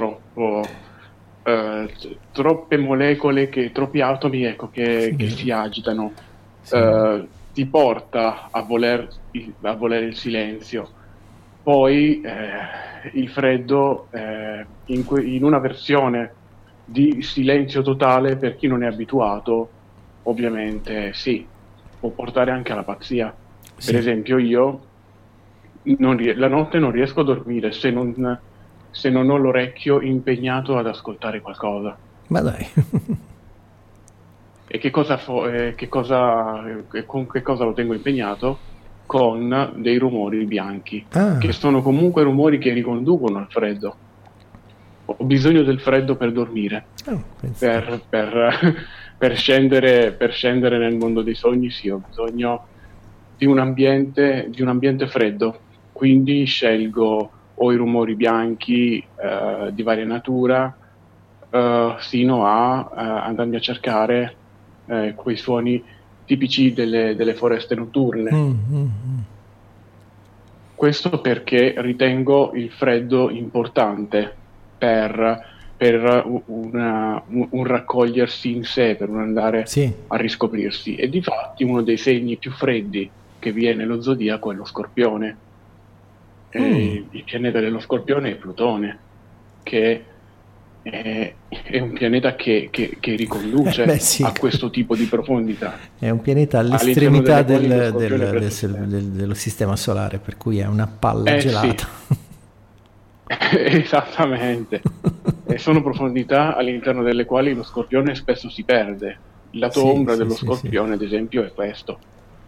troppe molecole, troppi atomi, ecco, che sì, si agitano. sì, Ti porta a volere il silenzio. Poi il freddo in una versione di silenzio totale per chi non è abituato, ovviamente sì, può portare anche alla pazzia. Per sì, esempio io la notte non riesco a dormire se non ho l'orecchio impegnato ad ascoltare qualcosa. ma dai. E con che cosa lo tengo impegnato? Con dei rumori bianchi, che Ah, sono comunque rumori che riconducono al freddo. Ho bisogno del freddo per dormire, oh, pensa te. per scendere nel mondo dei sogni, sì, ho bisogno di un ambiente freddo. quindi scelgo o i rumori bianchi di varia natura, sino a andarmi a cercare quei suoni tipici delle foreste notturne. Questo perché ritengo il freddo importante per un raccogliersi in sé, per un andare a riscoprirsi. E difatti uno dei segni più freddi che vi è nello zodiaco è lo Scorpione. Il pianeta dello Scorpione è Plutone, che è un pianeta che riconduce a questo tipo di profondità. È un pianeta all'estremità dello sistema solare, per cui è una palla gelata. Sì. Esattamente. E sono profondità all'interno delle quali lo Scorpione spesso si perde. Il lato ombra dello Scorpione, ad esempio, è questo.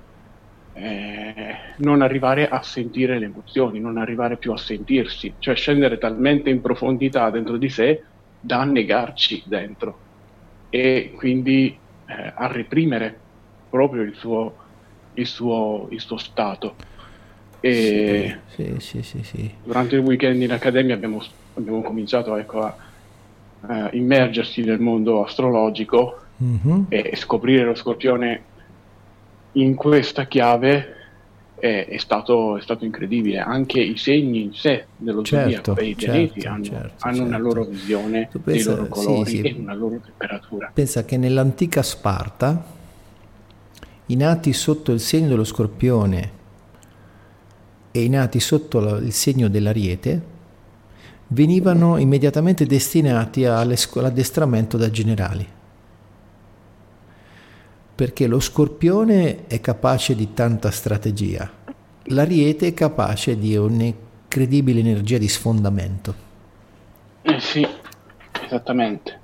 Non arrivare a sentire le emozioni, non arrivare più a sentirsi, cioè scendere talmente in profondità dentro di sé da annegarci dentro e quindi a reprimere proprio il suo stato. E sì. Durante il weekend in accademia abbiamo cominciato a immergersi nel mondo astrologico e scoprire lo Scorpione in questa chiave è stato incredibile. Anche i segni in sé dello zodiaco e i pianeti hanno una loro visione, dei loro colori e una loro temperatura. Pensa che nell'antica Sparta i nati sotto il segno dello Scorpione e i nati sotto il segno dell'Ariete venivano immediatamente destinati all'addestramento da generali, perché lo Scorpione è capace di tanta strategia, l'Ariete è capace di un'incredibile energia di sfondamento. Sì, esattamente.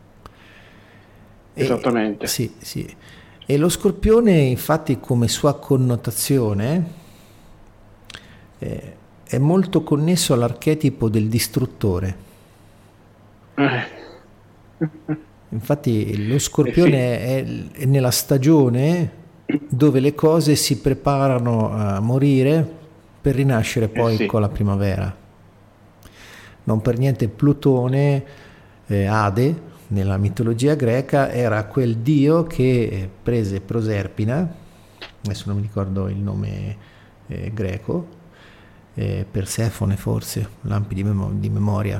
Sì. E lo Scorpione, infatti, come sua connotazione è molto connesso all'archetipo del distruttore. Infatti lo Scorpione è nella stagione dove le cose si preparano a morire per rinascere poi con la primavera. Non per niente Plutone, Ade, nella mitologia greca, era quel dio che prese Proserpina, adesso non mi ricordo il nome greco, Persefone forse, lampi di memoria,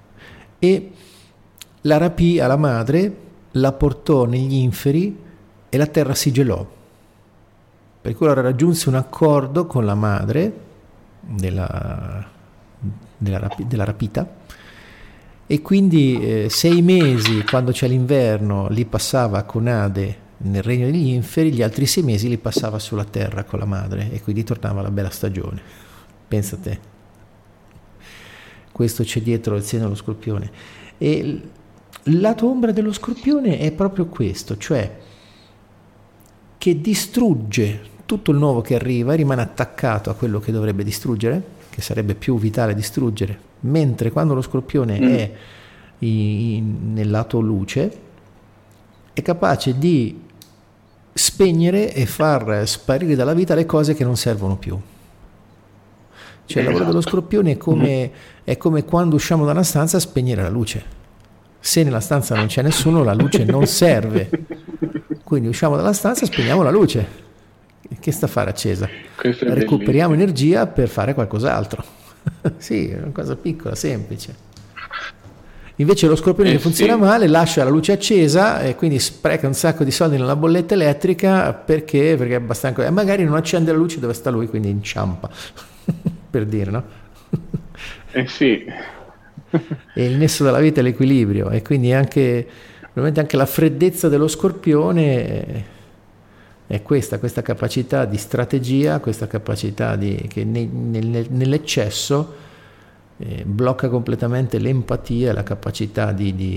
e la rapì alla madre, la portò negli inferi e la terra si gelò. Per cui allora raggiunse un accordo con la madre della rapita, e quindi 6 mesi, quando c'è l'inverno, li passava con Ade nel regno degli inferi, gli altri 6 mesi li passava sulla terra con la madre, e quindi tornava la bella stagione. Pensa a te, questo c'è dietro il segno dello Scorpione. E il lato ombra dello Scorpione è proprio questo, cioè che distrugge tutto il nuovo che arriva e rimane attaccato a quello che dovrebbe distruggere, che sarebbe più vitale distruggere, mentre quando lo Scorpione è nel lato luce è capace di spegnere e far sparire dalla vita le cose che non servono più. Cioè il lavoro dello Scorpione è come quando usciamo da una stanza a spegnere la luce. Se nella stanza non c'è nessuno, la luce non serve. Quindi usciamo dalla stanza e spegniamo la luce. Che sta a fare accesa? Recuperiamo energia per fare qualcos'altro. Sì, è una cosa piccola, semplice. Invece lo Scorpione che funziona male lascia la luce accesa e quindi spreca un sacco di soldi nella bolletta elettrica perché è abbastanza... E magari non accende la luce dove sta lui, quindi inciampa. Per dire, no? Sì. E il nesso della vita è l'equilibrio, e quindi probabilmente anche la freddezza dello Scorpione è questa capacità di strategia, questa capacità che nell'eccesso blocca completamente l'empatia e la capacità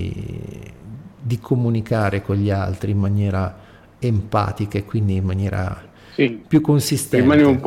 di comunicare con gli altri in maniera empatica e quindi in maniera più consistente. Rimane un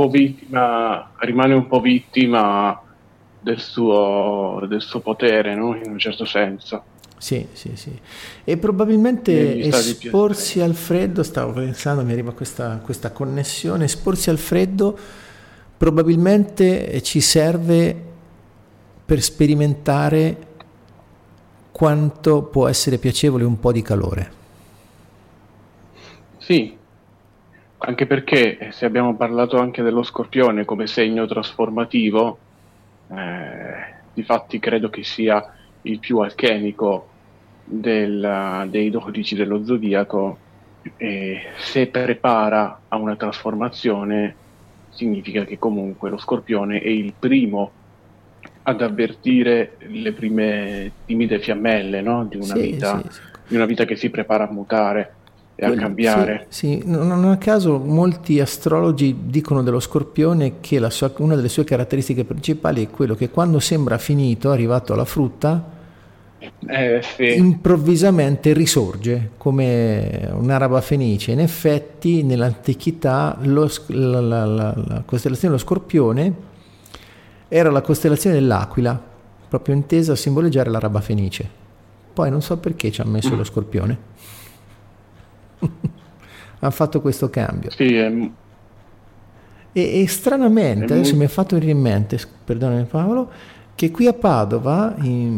po' vittima del suo potere, no? In un certo senso. Sì. E probabilmente esporsi al freddo, stavo pensando, mi arriva questa connessione, esporsi al freddo probabilmente ci serve per sperimentare quanto può essere piacevole un po' di calore. Sì, anche perché se abbiamo parlato anche dello Scorpione come segno trasformativo, difatti credo che sia il più alchemico dei 12 dello zodiaco, e se prepara a una trasformazione significa che comunque lo Scorpione è il primo ad avvertire le prime timide fiammelle, no? Di una vita, di una vita che si prepara a mutare e a cambiare. Sì, non a caso molti astrologi dicono dello Scorpione che una delle sue caratteristiche principali è quello che quando sembra finito, arrivato alla frutta, improvvisamente risorge come un'araba fenice. In effetti nell'antichità la costellazione dello Scorpione era la costellazione dell'Aquila, proprio intesa a simboleggiare l'araba fenice. Poi non so perché ci ha messo lo Scorpione. Hanno fatto questo cambio. Sì, e stranamente, adesso mi è fatto venire in mente, perdonami Paolo, che qui a Padova,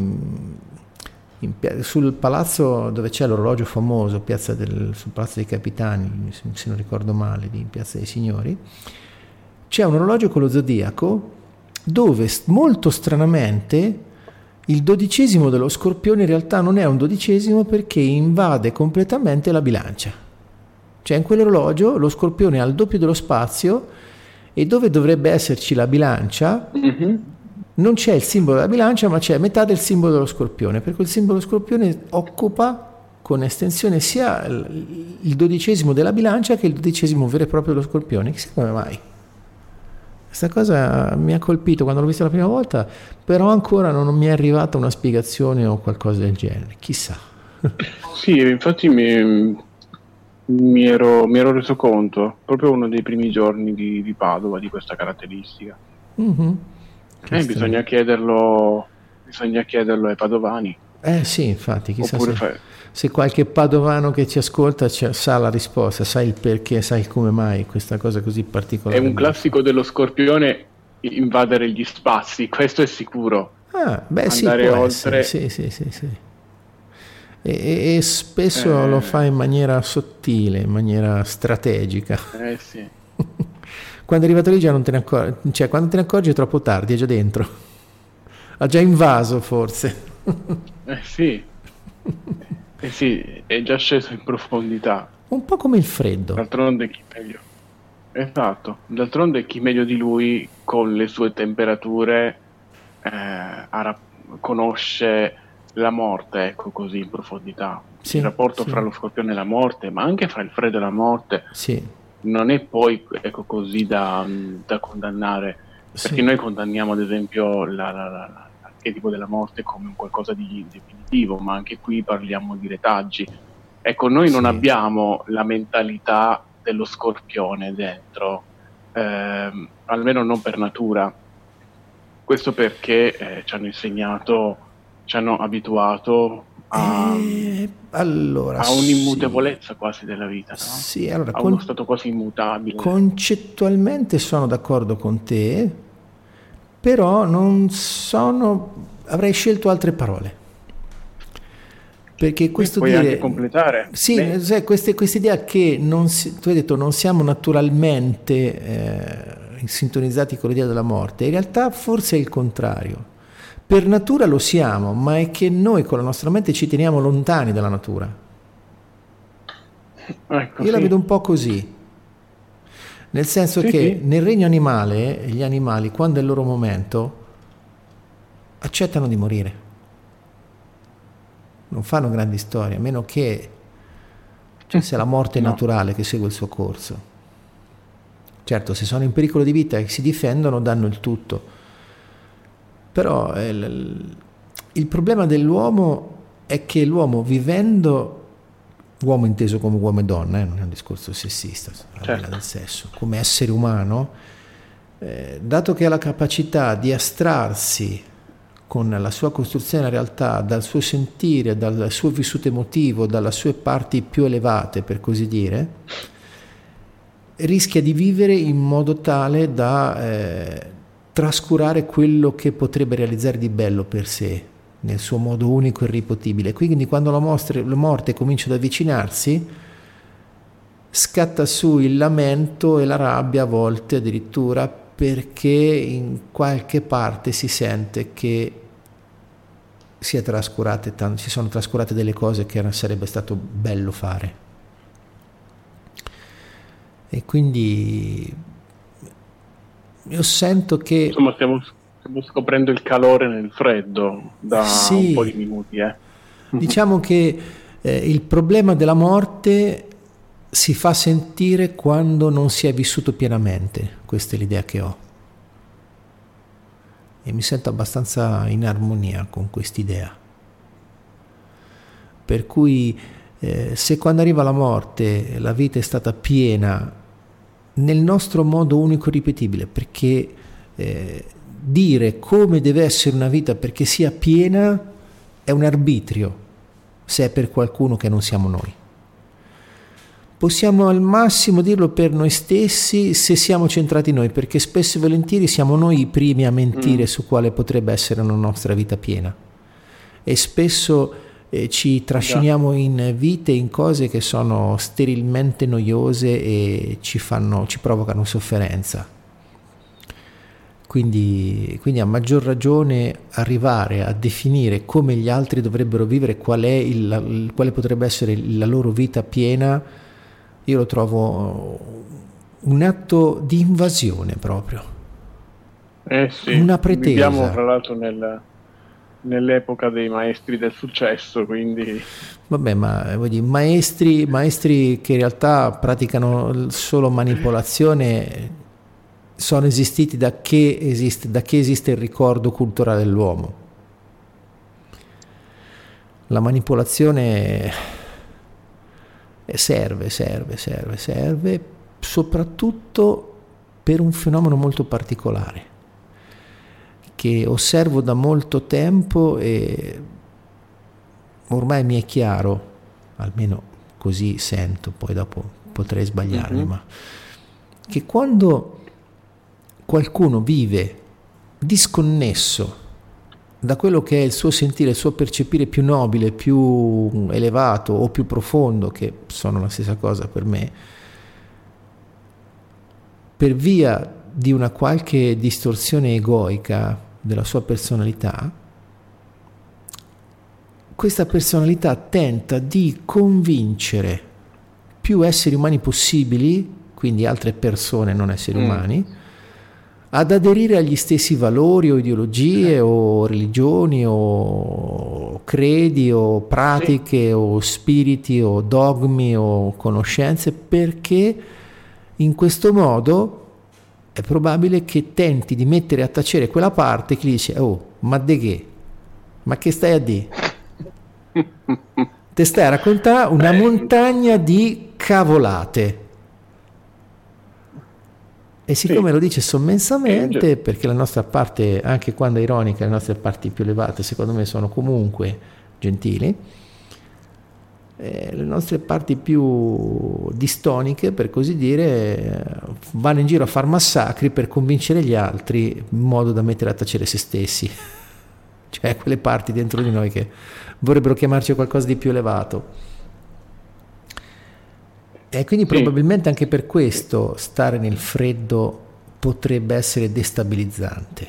sul palazzo dove c'è l'orologio famoso, sul Palazzo dei Capitani, se non ricordo male, di Piazza dei Signori, c'è un orologio con lo zodiaco dove molto stranamente il 12° dello Scorpione in realtà non è un 12° perché invade completamente la bilancia. Cioè in quell'orologio lo Scorpione ha il doppio dello spazio e dove dovrebbe esserci la bilancia non c'è il simbolo della bilancia, ma c'è metà del simbolo dello Scorpione, perché il simbolo dello Scorpione occupa con estensione sia il 12° della bilancia che il 12° vero e proprio dello Scorpione. Chissà come mai. Questa cosa mi ha colpito quando l'ho vista la prima volta, però ancora non mi è arrivata una spiegazione o qualcosa del genere, chissà. Sì, infatti mi ero reso conto, proprio uno dei primi giorni di Padova, di questa caratteristica. Bisogna chiederlo ai padovani. Sì, infatti, chissà se qualche padovano che ci ascolta sa la risposta, sa il perché, sa il come mai questa cosa così particolare. È un classico dello Scorpione invadere gli spazi, questo è sicuro. Andare oltre. Sì. E spesso lo fa in maniera sottile, in maniera strategica. Sì. Quando è arrivato lì già non te ne accorgi, cioè quando te ne accorgi è troppo tardi, è già dentro. Ha già invaso forse. Sì. Sì, è già sceso in profondità. Un po' come il freddo. D'altronde chi meglio. Esatto. D'altronde chi meglio di lui con le sue temperature conosce la morte, ecco, così in profondità. Il rapporto fra lo Scorpione e la morte, ma anche fra il freddo e la morte. Non è poi così da condannare, perché noi condanniamo ad esempio l'archetipo della morte come un qualcosa di definitivo, ma anche qui parliamo di retaggi. Ecco, noi non abbiamo la mentalità dello Scorpione dentro, almeno non per natura. Questo perché ci hanno abituato a un'immutevolezza quasi della vita, no? Sì, allora, a uno stato quasi immutabile. Concettualmente sono d'accordo con te, però avrei scelto altre parole. Perché questo puoi dire, anche completare. Sì, questa idea che tu hai detto non siamo naturalmente sintonizzati con l'idea della morte, in realtà forse è il contrario. Per natura lo siamo, ma è che noi con la nostra mente ci teniamo lontani dalla natura. Io la vedo un po' così. Nel senso che nel regno animale, gli animali, quando è il loro momento, accettano di morire. Non fanno grandi storie, a meno che sia la morte naturale che segue il suo corso. Certo, se sono in pericolo di vita e si difendono, danno il tutto. Però il problema dell'uomo è che l'uomo vivendo, uomo inteso come uomo e donna, non è un discorso sessista, del sesso, come essere umano, dato che ha la capacità di astrarsi con la sua costruzione della realtà dal suo sentire, dal suo vissuto emotivo, dalle sue parti più elevate, per così dire, rischia di vivere in modo tale da trascurare quello che potrebbe realizzare di bello per sé, nel suo modo unico e irripetibile. Quindi quando la morte comincia ad avvicinarsi, scatta su il lamento e la rabbia, a volte addirittura, perché in qualche parte si sente che si sono trascurate delle cose che sarebbe stato bello fare. E quindi io sento che... Insomma, stiamo scoprendo il calore nel freddo da un po' di minuti. Diciamo che il problema della morte si fa sentire quando non si è vissuto pienamente. Questa è l'idea che ho. E mi sento abbastanza in armonia con quest'idea. Per cui se quando arriva la morte la vita è stata piena nel nostro modo unico e ripetibile, perché dire come deve essere una vita perché sia piena è un arbitrio, se è per qualcuno che non siamo noi. Possiamo al massimo dirlo per noi stessi se siamo centrati noi, perché spesso e volentieri siamo noi i primi a mentire su quale potrebbe essere una nostra vita piena, e spesso ci trasciniamo in vite, in cose che sono sterilmente noiose e ci provocano sofferenza. Quindi a maggior ragione arrivare a definire come gli altri dovrebbero vivere, quale potrebbe essere la loro vita piena, io lo trovo un atto di invasione proprio. Sì, una pretesa. Viviamo tra l'altro nell'epoca dei maestri del successo, quindi... Vabbè, ma vuol dire, maestri che in realtà praticano solo manipolazione sono esistiti da che esiste il ricordo culturale dell'uomo. La manipolazione serve soprattutto per un fenomeno molto particolare che osservo da molto tempo, e ormai mi è chiaro, almeno così sento, poi dopo potrei sbagliarmi, ma che quando qualcuno vive disconnesso da quello che è il suo sentire, il suo percepire più nobile, più elevato o più profondo, che sono la stessa cosa per me, per via di una qualche distorsione egoica della sua personalità, questa personalità tenta di convincere più esseri umani possibili, quindi altre persone, non esseri umani, ad aderire agli stessi valori o ideologie o religioni o credi o pratiche o spiriti o dogmi o conoscenze, perché in questo modo è probabile che tenti di mettere a tacere quella parte che gli dice: oh, ma de che? Ma che stai a dire? Te stai a raccontare una montagna di cavolate. E siccome lo dice sommensamente, perché la nostra parte, anche quando è ironica, le nostre parti più elevate secondo me sono comunque gentili, le nostre parti più distoniche, per così dire, vanno in giro a far massacri per convincere gli altri in modo da mettere a tacere se stessi. Cioè quelle parti dentro di noi che vorrebbero chiamarci qualcosa di più elevato. E quindi probabilmente anche per questo stare nel freddo potrebbe essere destabilizzante.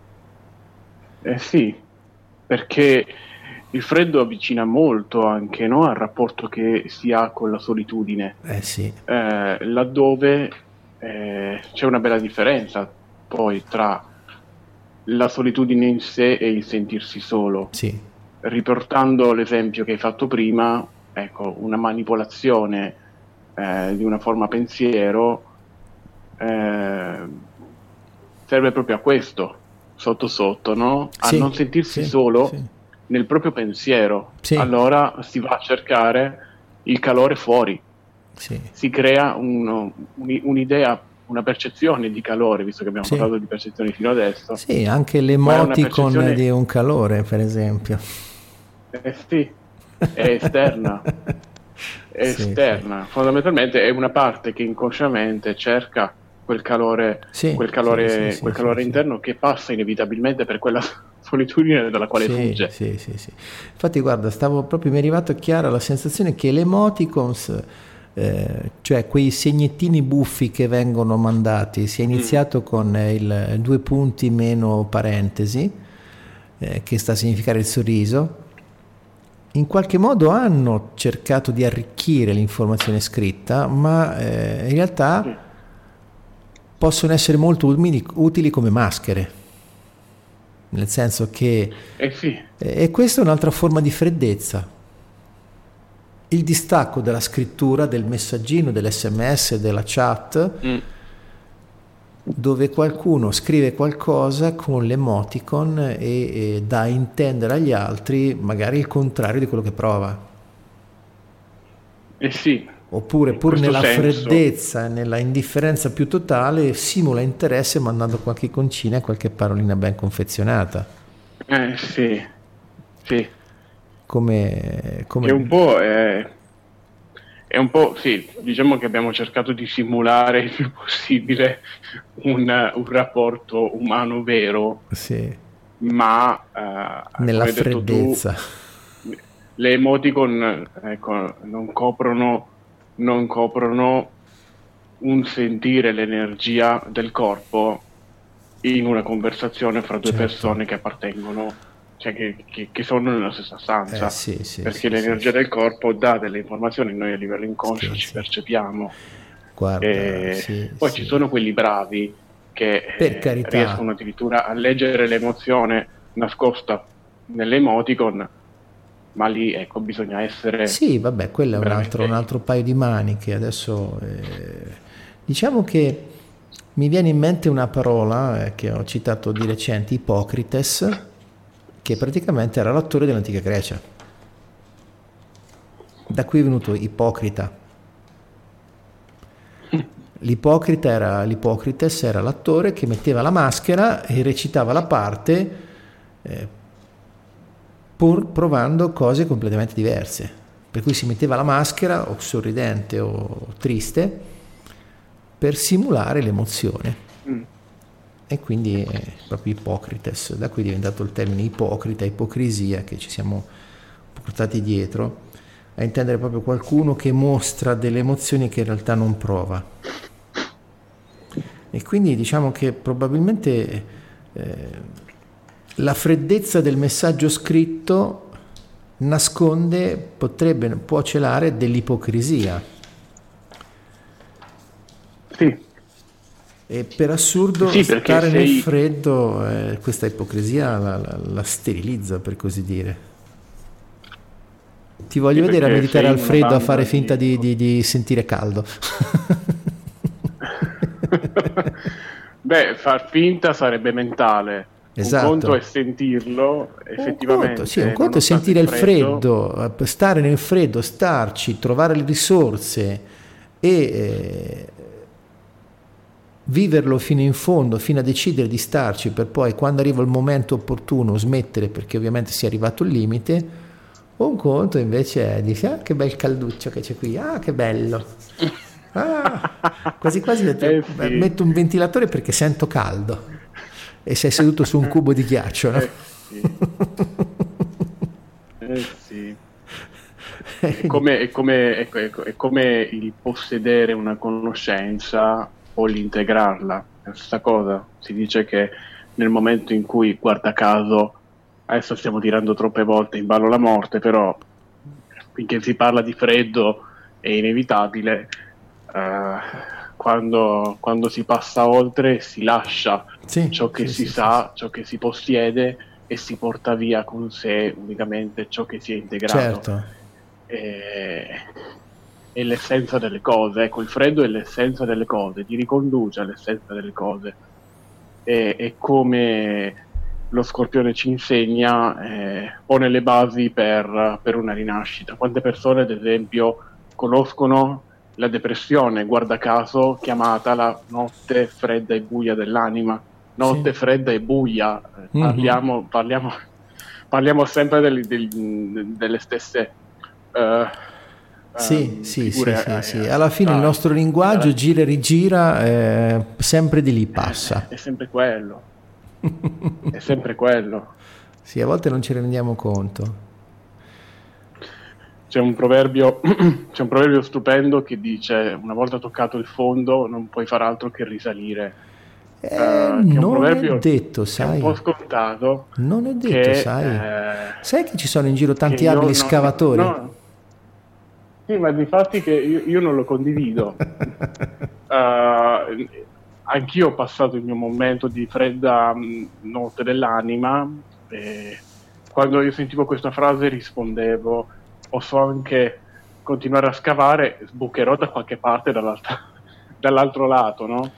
Sì, perché il freddo avvicina molto anche, no, al rapporto che si ha con la solitudine. Sì. Laddove c'è una bella differenza poi tra la solitudine in sé e il sentirsi solo. Sì. Riportando l'esempio che hai fatto prima, ecco, una manipolazione di una forma pensiero serve proprio a questo, sotto, no? A non sentirsi solo nel proprio pensiero. Allora si va a cercare il calore fuori. Si crea un'idea, una percezione di calore, visto che abbiamo parlato di percezioni fino adesso. Sì, anche l'emoticon di un calore, per esempio. Sì, è esterna. esterna, fondamentalmente è una parte che inconsciamente cerca quel calore interno che passa inevitabilmente per quella solitudine dalla quale fugge. Sì. Infatti guarda, mi è arrivata chiara la sensazione che le emoticons, cioè quei segnettini buffi che vengono mandati, si è iniziato con il 2 punti meno parentesi, che sta a significare il sorriso, in qualche modo hanno cercato di arricchire l'informazione scritta, ma in realtà possono essere molto utili come maschere, nel senso che e questa è un'altra forma di freddezza, il distacco della scrittura, del messaggino, dell'SMS, della chat, dove qualcuno scrive qualcosa con l'emoticon e dà a intendere agli altri magari il contrario di quello che prova. Oppure pur nella freddezza e nella indifferenza più totale simula interesse mandando qualche iconcina e qualche parolina ben confezionata. Sì. Come... È un po', sì, diciamo che abbiamo cercato di simulare il più possibile un rapporto umano vero, ma nella freddezza. Le emoticon non coprono un sentire l'energia del corpo in una conversazione fra due persone che appartengono, cioè che sono nella stessa stanza, perché l'energia del corpo dà delle informazioni, noi a livello inconscio ci percepiamo. Poi ci sono quelli bravi che riescono addirittura a leggere l'emozione nascosta nell'emoticon, ma lì ecco bisogna essere quello è un altro paio di maniche. Adesso diciamo che mi viene in mente una parola che ho citato di recente, Ipocrites, che praticamente era l'attore dell'antica Grecia. Da qui è venuto ipocrita. L'ipocrites era l'attore che metteva la maschera e recitava la parte pur provando cose completamente diverse. Per cui si metteva la maschera o sorridente o triste per simulare l'emozione. E quindi è proprio ipocrites, da qui è diventato il termine ipocrita, ipocrisia, che ci siamo portati dietro a intendere proprio qualcuno che mostra delle emozioni che in realtà non prova. E quindi diciamo che probabilmente la freddezza del messaggio scritto può celare dell'ipocrisia. E per assurdo stare nel freddo questa ipocrisia la sterilizza, per così dire. Ti voglio vedere a meditare al freddo, a fare finta di sentire caldo. Far finta sarebbe mentale. Un conto è sentirlo effettivamente. Un conto è sentire il freddo, stare nel freddo, starci, trovare le risorse e viverlo fino in fondo, fino a decidere di starci, per poi quando arriva il momento opportuno smettere, perché ovviamente si è arrivato al limite. Un conto invece è dici che bel calduccio che c'è qui, che bello, quasi metto un ventilatore perché sento caldo, e sei seduto su un cubo di ghiaccio, no? È come il possedere una conoscenza o l'integrarla, è la stessa cosa. Si dice che nel momento in cui, guarda caso, adesso stiamo tirando troppe volte in ballo la morte, però finché si parla di freddo è inevitabile, quando si passa oltre si lascia ciò che si sa, ciò che si possiede, e si porta via con sé unicamente ciò che si è integrato. È l'essenza delle cose, ecco, il freddo è l'essenza delle cose, ti riconduce all'essenza delle cose, è come lo Scorpione ci insegna, pone le basi per una rinascita. Quante persone ad esempio conoscono la depressione, guarda caso chiamata la notte fredda e buia dell'anima, fredda e buia, parliamo Sì, sì, sì, figure sì, sì. Alla fine il nostro linguaggio gira e rigira, sempre di lì passa. è sempre quello, è sempre quello. Sì, a volte non ci rendiamo conto. C'è un proverbio, c'è un proverbio stupendo che dice: una volta toccato il fondo non puoi far altro che risalire. Che è un Non è proverbio detto, che è un po' sai. scontato, Non è detto, che, sai. Sai che ci sono in giro che tanti io abili scavatori? sì, ma difatti che io non lo condivido. Anch'io ho passato il mio momento di fredda notte dell'anima, e quando io sentivo questa frase rispondevo: posso anche continuare a scavare, sbucherò da qualche parte dall'altro lato, no?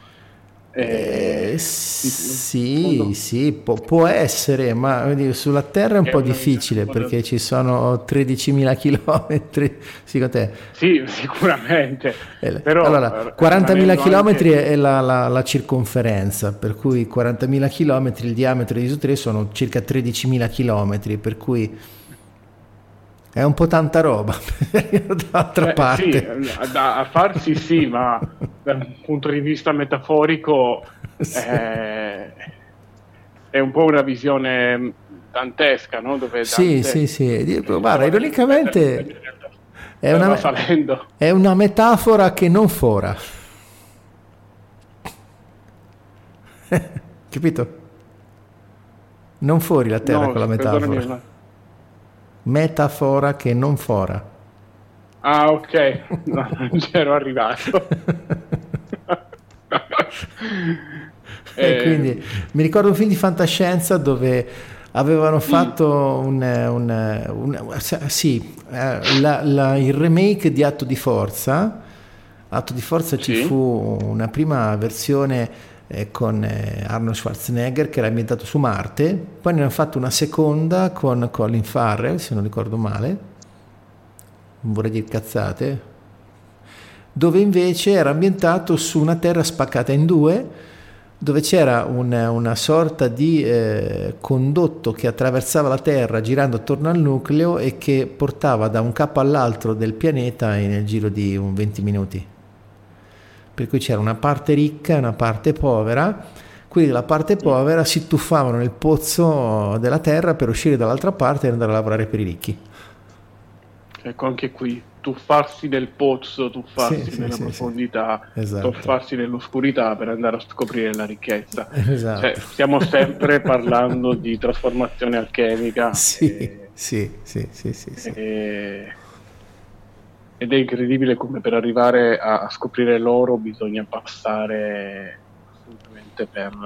Sì, sì, può essere, ma vedi, sulla Terra è un È po' una visione difficile un po' perché ci sono 13.000 chilometri. Sì, con te. Sì, sicuramente, però Allora, 40.000 rimanendo chilometri anche... è la circonferenza, per cui 40.000 chilometri, il diametro di Iso 3 sono circa 13.000 chilometri, per cui è un po' tanta roba per arrivare dall'altra Sì, parte. a farsi sì, ma da un punto di vista metaforico è un po' una visione dantesca, no? Dove Sì, Dante sì, sì. si Guarda, trova nell'inferno, in ironicamente realtà è una, va salendo. è una metafora che non fora, capito? Non fuori la terra No, con la perdonami. metafora. Metafora che non fora. Ah, ok, no, non c'ero arrivato. E quindi mi ricordo un film di fantascienza dove avevano fatto il remake di Atto di Forza. Atto di Forza ci sì, fu una prima versione con Arnold Schwarzenegger che era ambientato su Marte, poi ne hanno fatto una seconda con Colin Farrell, se non ricordo male, non vorrei dire cazzate, dove invece era ambientato su una terra spaccata in due, dove c'era una sorta di condotto che attraversava la Terra girando attorno al nucleo e che portava da un capo all'altro del pianeta nel giro di 20 minuti. Per cui c'era una parte ricca e una parte povera. Quelli della parte povera si tuffavano nel pozzo della Terra per uscire dall'altra parte e andare a lavorare per i ricchi. ecco anche qui, tuffarsi nel pozzo, Sì, tuffarsi sì, nella sì, sì. profondità, Esatto. tuffarsi nell'oscurità per andare a scoprire la ricchezza. Cioè, Esatto. stiamo sempre parlando di trasformazione alchemica Sì, sì, sì, sì, sì, sì. e- ed è incredibile come per arrivare a scoprire l'oro bisogna passare assolutamente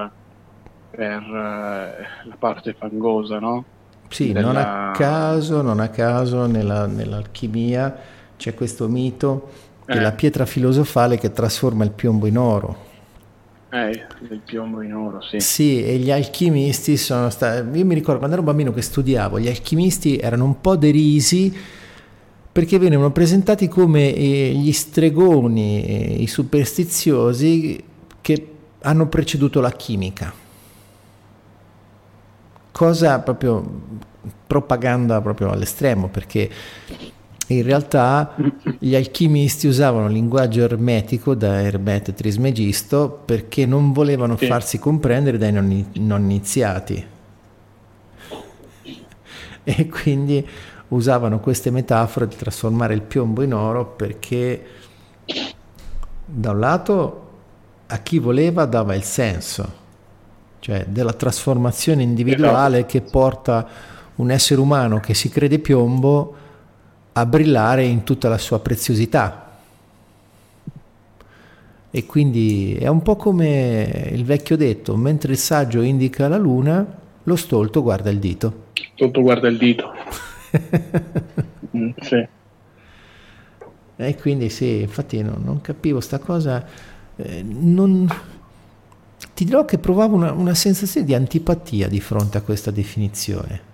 per la parte fangosa, no? Sì, Della... non a caso nell'alchimia c'è questo mito della eh, pietra filosofale che trasforma il piombo in oro. del piombo in oro, sì. Sì, e gli alchimisti sono stati... Io mi ricordo quando ero bambino che studiavo, gli alchimisti erano un po' derisi perché venivano presentati come gli stregoni, i superstiziosi che hanno preceduto la chimica. Cosa proprio propaganda proprio all'estremo, perché in realtà gli alchimisti usavano il linguaggio ermetico da Ermete Trismegisto perché non volevano Sì. farsi comprendere dai non iniziati e quindi usavano queste metafore di trasformare il piombo in oro perché da un lato a chi voleva dava il senso, cioè della trasformazione Esatto. individuale che porta un essere umano che si crede piombo a brillare in tutta la sua preziosità. E quindi è un po' come il vecchio detto, mentre il saggio indica la luna, lo stolto guarda il dito. Sotto guarda il dito. Sì. E quindi sì, infatti non capivo sta cosa, non... ti dirò che provavo una sensazione di antipatia di fronte a questa definizione,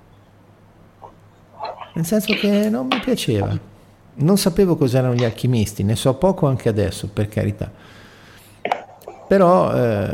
nel senso che non mi piaceva. Non sapevo cos'erano gli alchimisti, ne so poco anche adesso, per carità. Però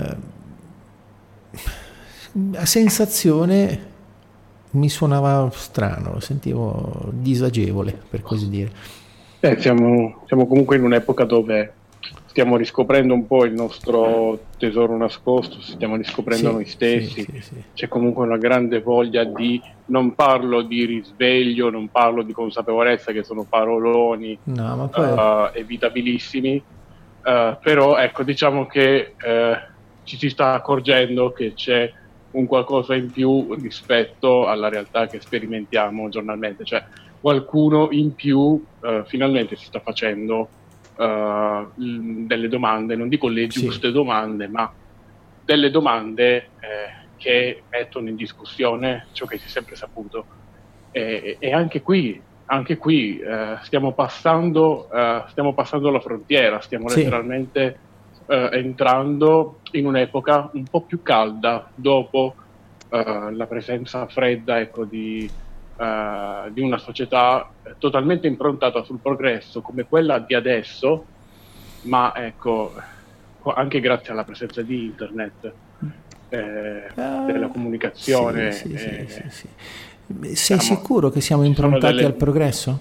la sensazione mi suonava strano, lo sentivo disagevole, per così dire. Siamo comunque in un'epoca dove stiamo riscoprendo un po' il nostro tesoro nascosto, stiamo riscoprendo noi stessi, sì. C'è comunque una grande voglia di, non parlo di risveglio, non parlo di consapevolezza, che sono paroloni evitabilissimi, però ecco, diciamo che ci si sta accorgendo che c'è un qualcosa in più rispetto alla realtà che sperimentiamo giornalmente, cioè qualcuno in più finalmente si sta facendo delle domande, non dico le giuste domande, ma delle domande che mettono in discussione ciò che si è sempre saputo. E anche qui stiamo passando la frontiera, stiamo letteralmente entrando in un'epoca un po' più calda dopo la presenza fredda, ecco, di una società totalmente improntata sul progresso come quella di adesso, ma ecco, anche grazie alla presenza di internet, della comunicazione. Sì. Sei sicuro che siamo improntati al progresso?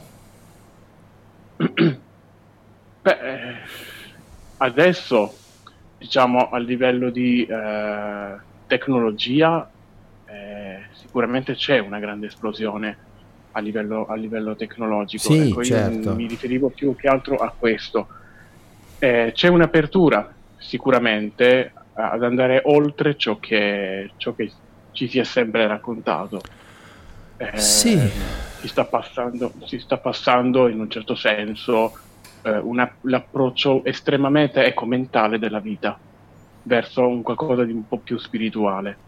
Beh, adesso, diciamo, a livello di tecnologia, sicuramente c'è una grande esplosione a livello tecnologico. Sì, ecco, certo. Io mi riferivo più che altro a questo. C'è un'apertura sicuramente ad andare oltre ciò che ci si è sempre raccontato. Si sta passando in un certo senso l'approccio estremamente mentale della vita verso un qualcosa di un po' più spirituale.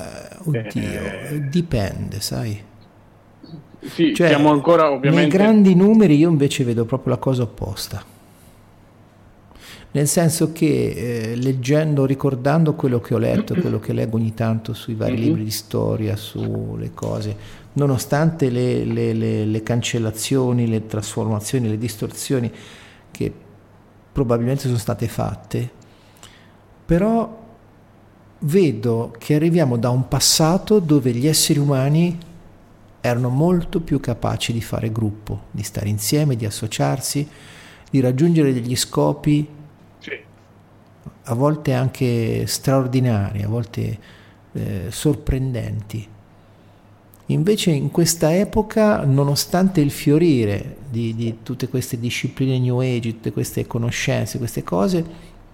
Dipende, sai. Sì, cioè, siamo ancora ovviamente... Nei grandi numeri io invece vedo proprio la cosa opposta. Nel senso che leggendo, ricordando quello che ho letto, quello che leggo ogni tanto sui vari libri di storia, sulle cose, nonostante le cancellazioni, le trasformazioni, le distorsioni che probabilmente sono state fatte, però vedo che arriviamo da un passato dove gli esseri umani erano molto più capaci di fare gruppo, di stare insieme, di associarsi, di raggiungere degli scopi a volte anche straordinari, a volte sorprendenti. Invece in questa epoca, nonostante il fiorire di tutte queste discipline New Age, tutte queste conoscenze, queste cose,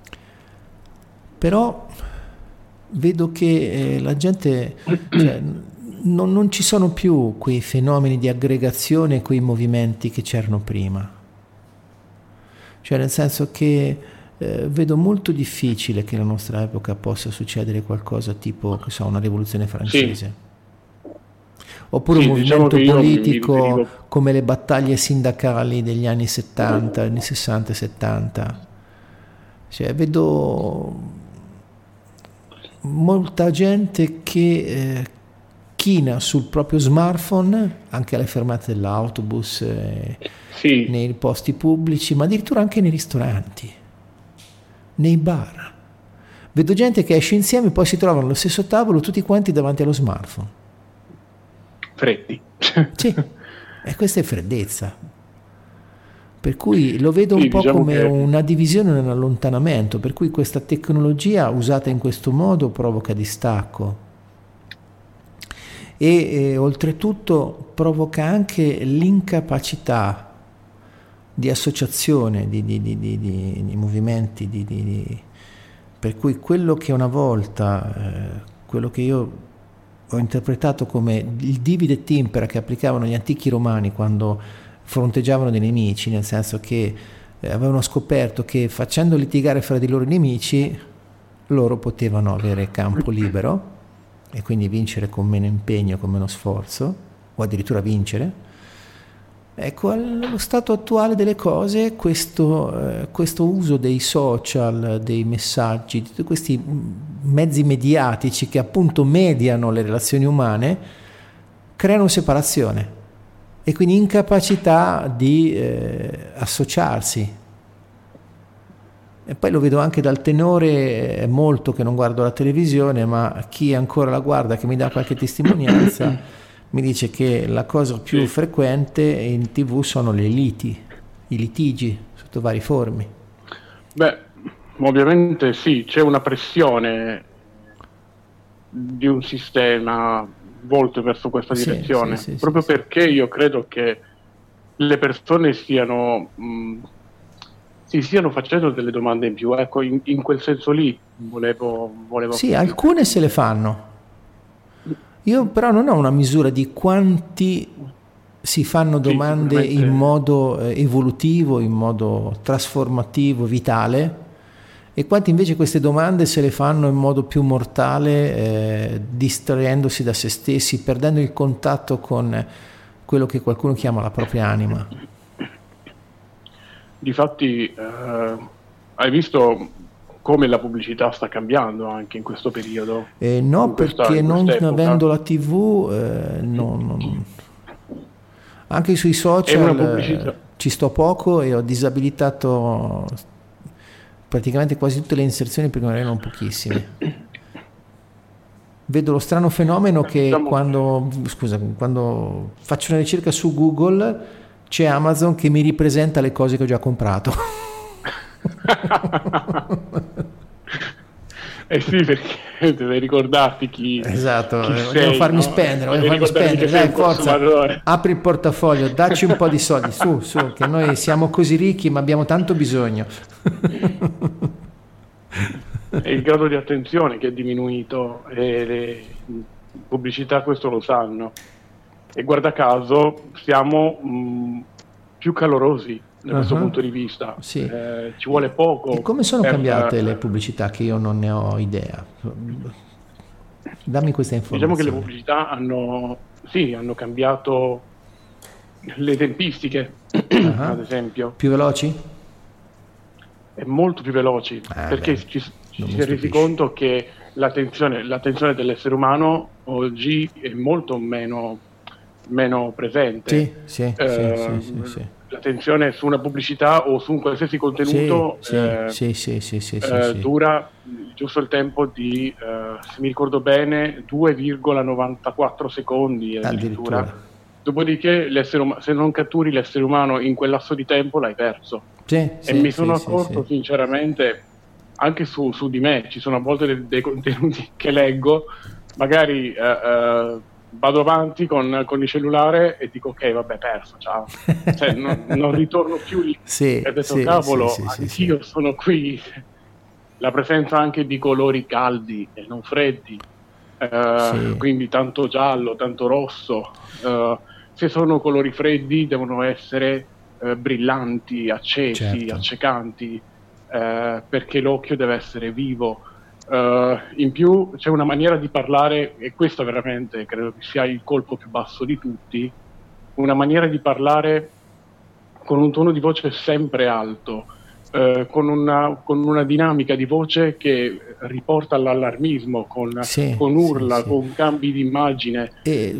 però vedo che la gente, cioè, non ci sono più quei fenomeni di aggregazione, quei movimenti che c'erano prima. Cioè, nel senso che vedo molto difficile che nella nostra epoca possa succedere qualcosa tipo, che so, una rivoluzione francese, oppure un movimento politico come le battaglie sindacali degli anni 70, anni 60 e 70. Cioè, vedo molta gente che china sul proprio smartphone anche alle fermate dell'autobus, nei posti pubblici, ma addirittura anche nei ristoranti, nei bar. Vedo gente che esce insieme e poi si trovano allo stesso tavolo tutti quanti davanti allo smartphone. Freddi. Sì, e questa è freddezza. Per cui lo vedo un po' come una divisione e un allontanamento, per cui questa tecnologia usata in questo modo provoca distacco e oltretutto provoca anche l'incapacità di associazione di movimenti, per cui quello che una volta, quello che io ho interpretato come il divide et impera che applicavano gli antichi romani quando fronteggiavano dei nemici, nel senso che avevano scoperto che facendo litigare fra di loro i nemici loro potevano avere campo libero e quindi vincere con meno impegno, con meno sforzo, o addirittura vincere. Ecco, allo stato attuale delle cose questo uso dei social, dei messaggi, di tutti questi mezzi mediatici che appunto mediano le relazioni umane, creano separazione e quindi incapacità di associarsi. E poi lo vedo anche dal tenore, è molto che non guardo la televisione, ma chi ancora la guarda, che mi dà qualche testimonianza, mi dice che la cosa più frequente in TV sono le liti. i litigi sotto vari formi. Beh, ovviamente sì, c'è una pressione di un sistema volto verso questa direzione, proprio perché io credo che le persone si stiano facendo delle domande in più, ecco, in quel senso lì volevo sì, alcune se le fanno. Io però non ho una misura di quanti si fanno domande in modo evolutivo, in modo trasformativo, vitale, e quanti invece queste domande se le fanno in modo più mortale, distraendosi da se stessi, perdendo il contatto con quello che qualcuno chiama la propria anima. Difatti, hai visto come la pubblicità sta cambiando anche in questo periodo? No, perché non avendo la TV, anche sui social ci sto poco e ho disabilitato praticamente quasi tutte le inserzioni perché ne erano pochissime. Vedo lo strano fenomeno che quando faccio una ricerca su Google c'è Amazon che mi ripresenta le cose che ho già comprato. Sì, perché devi ricordarti chi esatto, chi voglio farmi spendere, dai, forza, apri il portafoglio, dacci un po' di soldi, su, che noi siamo così ricchi ma abbiamo tanto bisogno. È il grado di attenzione che è diminuito e le pubblicità questo lo sanno, e guarda caso siamo più calorosi da questo punto di vista. Sì. Ci vuole poco. E come sono cambiate le pubblicità, che io non ne ho idea? Dammi questa informazione. Diciamo che le pubblicità hanno cambiato le tempistiche, ad esempio. Più veloci? È molto più veloci, perché ci si è resi conto che l'attenzione dell'essere umano oggi è molto meno presente. Sì. L'attenzione su una pubblicità o su un qualsiasi contenuto dura giusto il tempo di, se mi ricordo bene, 2,94 secondi addirittura. Dopodiché se non catturi l'essere umano in quel lasso di tempo l'hai perso. Mi sono accorto sinceramente anche su di me, ci sono a volte dei contenuti che leggo, magari vado avanti con il cellulare e dico ok, vabbè, perso, ciao, cioè, non ritorno più lì. E ho detto cavolo, anch'io sono qui. La presenza anche di colori caldi e non freddi, quindi tanto giallo, tanto rosso, se sono colori freddi devono essere brillanti, accesi, accecanti, perché l'occhio deve essere vivo. In più c'è una maniera di parlare, e questo veramente credo che sia il colpo più basso di tutti, una maniera di parlare con un tono di voce sempre alto, con una dinamica di voce che riporta all'allarmismo, con urla, con cambi di immagine.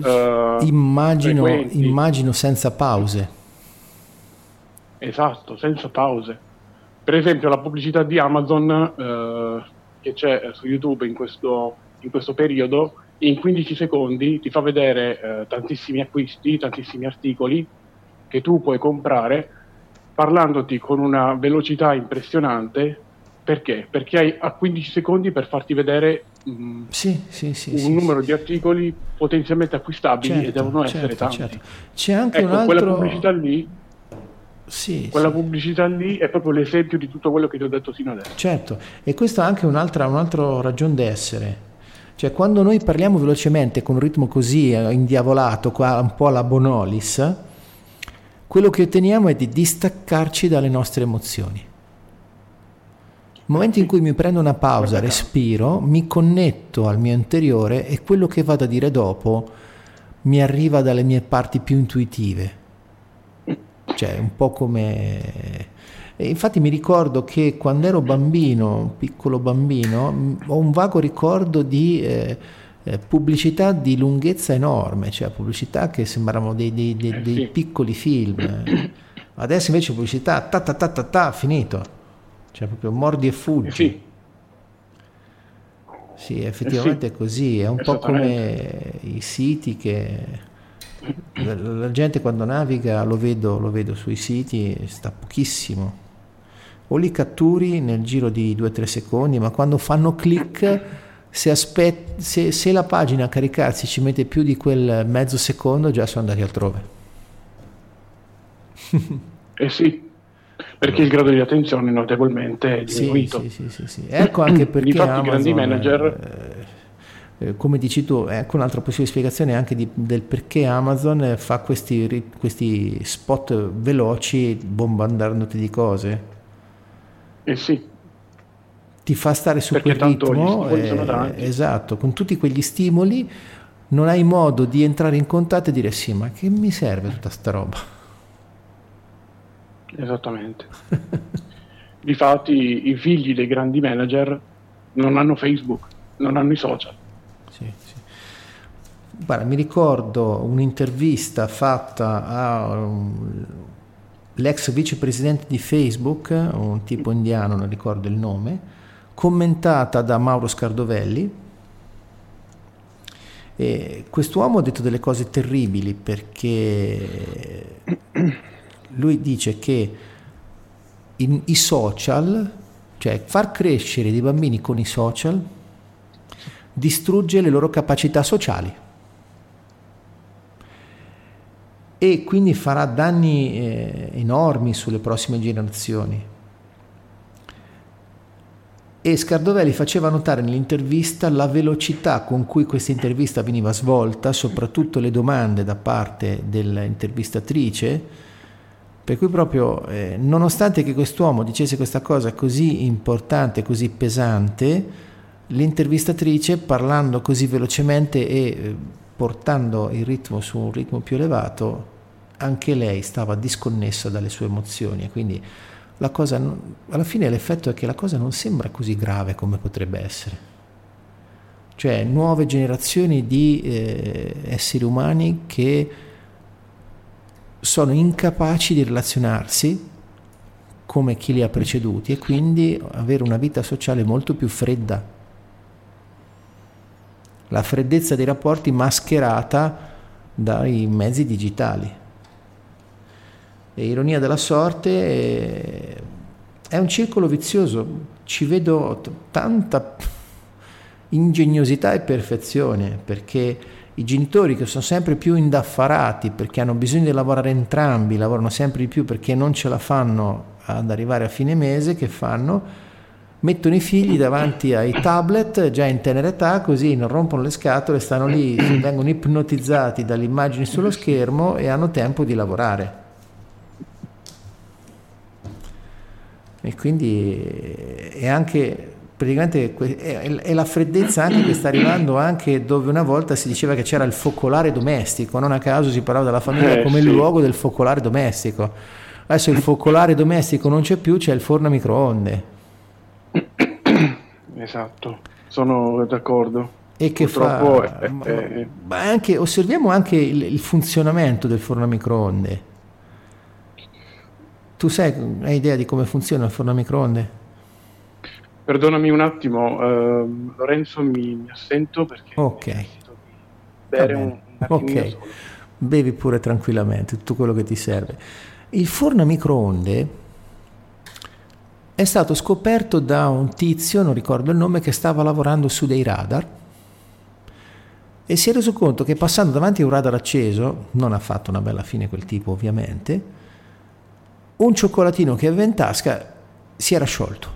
Immagino senza pause. Esatto, senza pause. Per esempio la pubblicità di Amazon che c'è su YouTube in questo periodo, in 15 secondi ti fa vedere tantissimi acquisti, tantissimi articoli che tu puoi comprare, parlandoti con una velocità impressionante. Perché? Perché hai 15 secondi per farti vedere un numero di articoli potenzialmente acquistabili, e devono essere tanti. C'è anche un altro... quella pubblicità lì pubblicità lì è proprio l'esempio di tutto quello che ti ho detto fino adesso. Certo, e questo ha anche un'altra ragione d'essere. Cioè, quando noi parliamo velocemente con un ritmo così indiavolato, un po' alla Bonolis, quello che otteniamo è di distaccarci dalle nostre emozioni. Nel momento in cui mi prendo una pausa, respiro, mi connetto al mio interiore e quello che vado a dire dopo mi arriva dalle mie parti più intuitive. Cioè, un po' come... E infatti mi ricordo che quando ero bambino, piccolo bambino, ho un vago ricordo di pubblicità di lunghezza enorme, cioè pubblicità che sembravano dei piccoli film. Adesso invece pubblicità finito, cioè proprio mordi e fuggi. Sì, effettivamente è così, è un po' come i siti che La gente quando naviga, lo vedo sui siti, sta pochissimo. O li catturi nel giro di 2-3 secondi, ma quando fanno click, se la pagina a caricarsi ci mette più di quel mezzo secondo, già sono andati altrove. Eh sì, perché il grado di attenzione notevolmente è diminuito. Sì. Ecco anche perché infatti Amazon, i grandi manager... come dici tu, ecco un'altra possibile spiegazione anche del perché Amazon fa questi spot veloci bombardandoti di cose. Sì. Ti fa stare su perché quel tanto ritmo, gli stimoli sono tanti. esatto, con tutti quegli stimoli non hai modo di entrare in contatto e dire sì, ma che mi serve tutta sta roba? Esattamente. Difatti i figli dei grandi manager non hanno Facebook, non hanno i social. Sì. Guarda, mi ricordo un'intervista fatta all'ex vicepresidente di Facebook, un tipo indiano, non ricordo il nome, commentata da Mauro Scardovelli. E quest'uomo ha detto delle cose terribili, perché lui dice che i social, cioè far crescere dei bambini con i social, distrugge le loro capacità sociali e quindi farà danni enormi sulle prossime generazioni. E Scardovelli faceva notare nell'intervista la velocità con cui questa intervista veniva svolta, soprattutto le domande da parte dell'intervistatrice, per cui proprio nonostante che quest'uomo dicesse questa cosa così importante, così pesante, l'intervistatrice, parlando così velocemente e portando il ritmo su un ritmo più elevato, anche lei stava disconnessa dalle sue emozioni, e quindi la cosa, alla fine l'effetto è che la cosa non sembra così grave come potrebbe essere. Cioè nuove generazioni di esseri umani che sono incapaci di relazionarsi come chi li ha preceduti e quindi avere una vita sociale molto più fredda. La freddezza dei rapporti mascherata dai mezzi digitali. E ironia della sorte, è un circolo vizioso. Ci vedo tanta ingegnosità e perfezione, perché i genitori, che sono sempre più indaffarati perché hanno bisogno di lavorare entrambi, lavorano sempre di più perché non ce la fanno ad arrivare a fine mese, che fanno? Mettono i figli davanti ai tablet già in tenera età, così non rompono le scatole, stanno lì, vengono ipnotizzati dalle immagini sullo schermo e hanno tempo di lavorare. E quindi è anche praticamente è la freddezza anche che sta arrivando anche dove una volta si diceva che c'era il focolare domestico, non a caso si parlava della famiglia come il luogo del focolare domestico. Adesso il focolare domestico non c'è più, c'è il forno a microonde. Esatto, sono d'accordo. E che purtroppo fa ma anche, osserviamo anche il funzionamento del forno a microonde. Tu hai idea di come funziona il forno a microonde? Perdonami un attimo, Lorenzo, mi assento perché necessito di bere un attimino solo. Bevi pure tranquillamente tutto quello che ti serve. Il forno a microonde è stato scoperto da un tizio, non ricordo il nome, che stava lavorando su dei radar e si è reso conto che passando davanti a un radar acceso, non ha fatto una bella fine quel tipo ovviamente, un cioccolatino che aveva in tasca si era sciolto.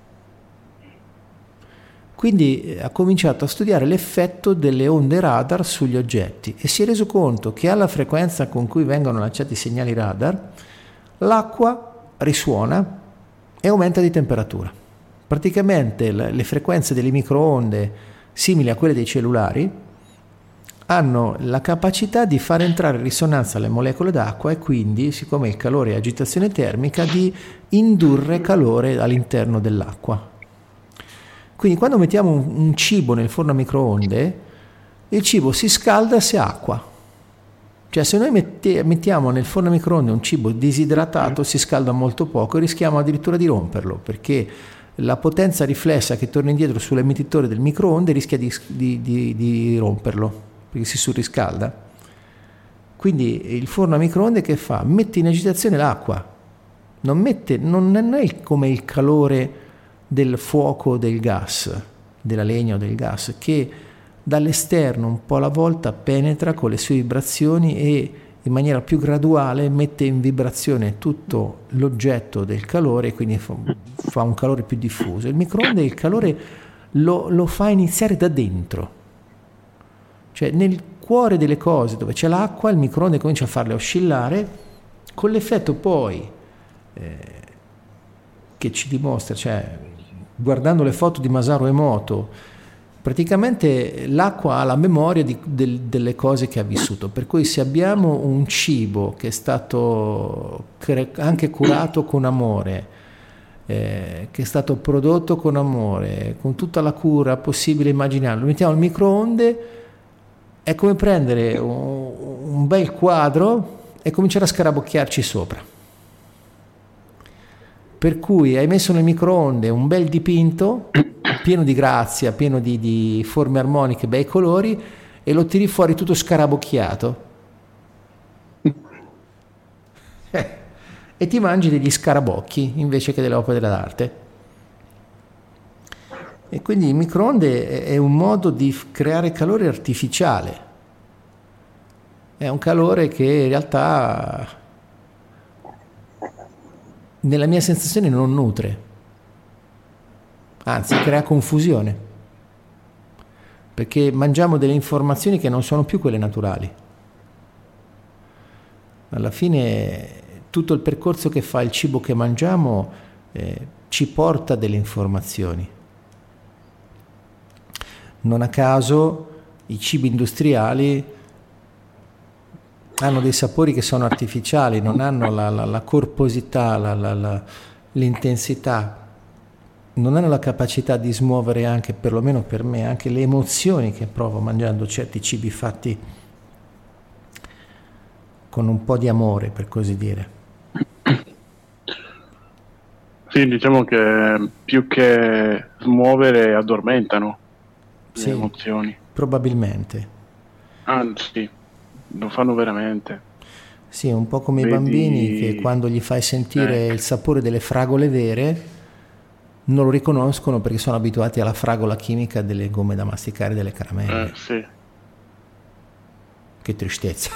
Quindi ha cominciato a studiare l'effetto delle onde radar sugli oggetti e si è reso conto che alla frequenza con cui vengono lanciati i segnali radar, l'acqua risuona e aumenta di temperatura. Praticamente le frequenze delle microonde, simili a quelle dei cellulari, hanno la capacità di far entrare in risonanza le molecole d'acqua e quindi, siccome il calore è agitazione termica, di indurre calore all'interno dell'acqua. Quindi quando mettiamo un cibo nel forno a microonde, il cibo si scalda se ha acqua. Cioè se noi mettiamo nel forno a microonde un cibo disidratato, si scalda molto poco e rischiamo addirittura di romperlo, perché la potenza riflessa che torna indietro sull'emettitore del microonde rischia di romperlo, perché si surriscalda. Quindi il forno a microonde che fa? Mette in agitazione l'acqua, non è come il calore del fuoco del gas, della legna o del gas, che dall'esterno un po' alla volta penetra con le sue vibrazioni e in maniera più graduale mette in vibrazione tutto l'oggetto del calore, quindi fa un calore più diffuso. Il microonde il calore lo fa iniziare da dentro, cioè nel cuore delle cose dove c'è l'acqua, il microonde comincia a farle oscillare, con l'effetto poi che ci dimostra, cioè guardando le foto di Masaru Emoto, praticamente l'acqua ha la memoria delle cose che ha vissuto, per cui se abbiamo un cibo che è stato anche curato con amore, che è stato prodotto con amore, con tutta la cura possibile e immaginabile, lo mettiamo al microonde, è come prendere un bel quadro e cominciare a scarabocchiarci sopra. Per cui hai messo nel microonde un bel dipinto pieno di grazia, pieno di forme armoniche, bei colori, e lo tiri fuori tutto scarabocchiato e ti mangi degli scarabocchi invece che delle opere dell'arte. E quindi il microonde è un modo di creare calore artificiale, è un calore che in realtà nella mia sensazione non nutre, anzi crea confusione, perché mangiamo delle informazioni che non sono più quelle naturali. Alla fine tutto il percorso che fa il cibo che mangiamo ci porta delle informazioni. Non a caso i cibi industriali hanno dei sapori che sono artificiali, non hanno la corposità, l'intensità, non hanno la capacità di smuovere anche, perlomeno per me, anche le emozioni che provo mangiando certi cibi fatti con un po' di amore, per così dire. Sì, diciamo che più che smuovere addormentano le emozioni. Probabilmente. Anzi, lo fanno veramente. Sì, un po' come i bambini che quando gli fai sentire il sapore delle fragole vere non lo riconoscono perché sono abituati alla fragola chimica delle gomme da masticare, delle caramelle. Sì. Che tristezza.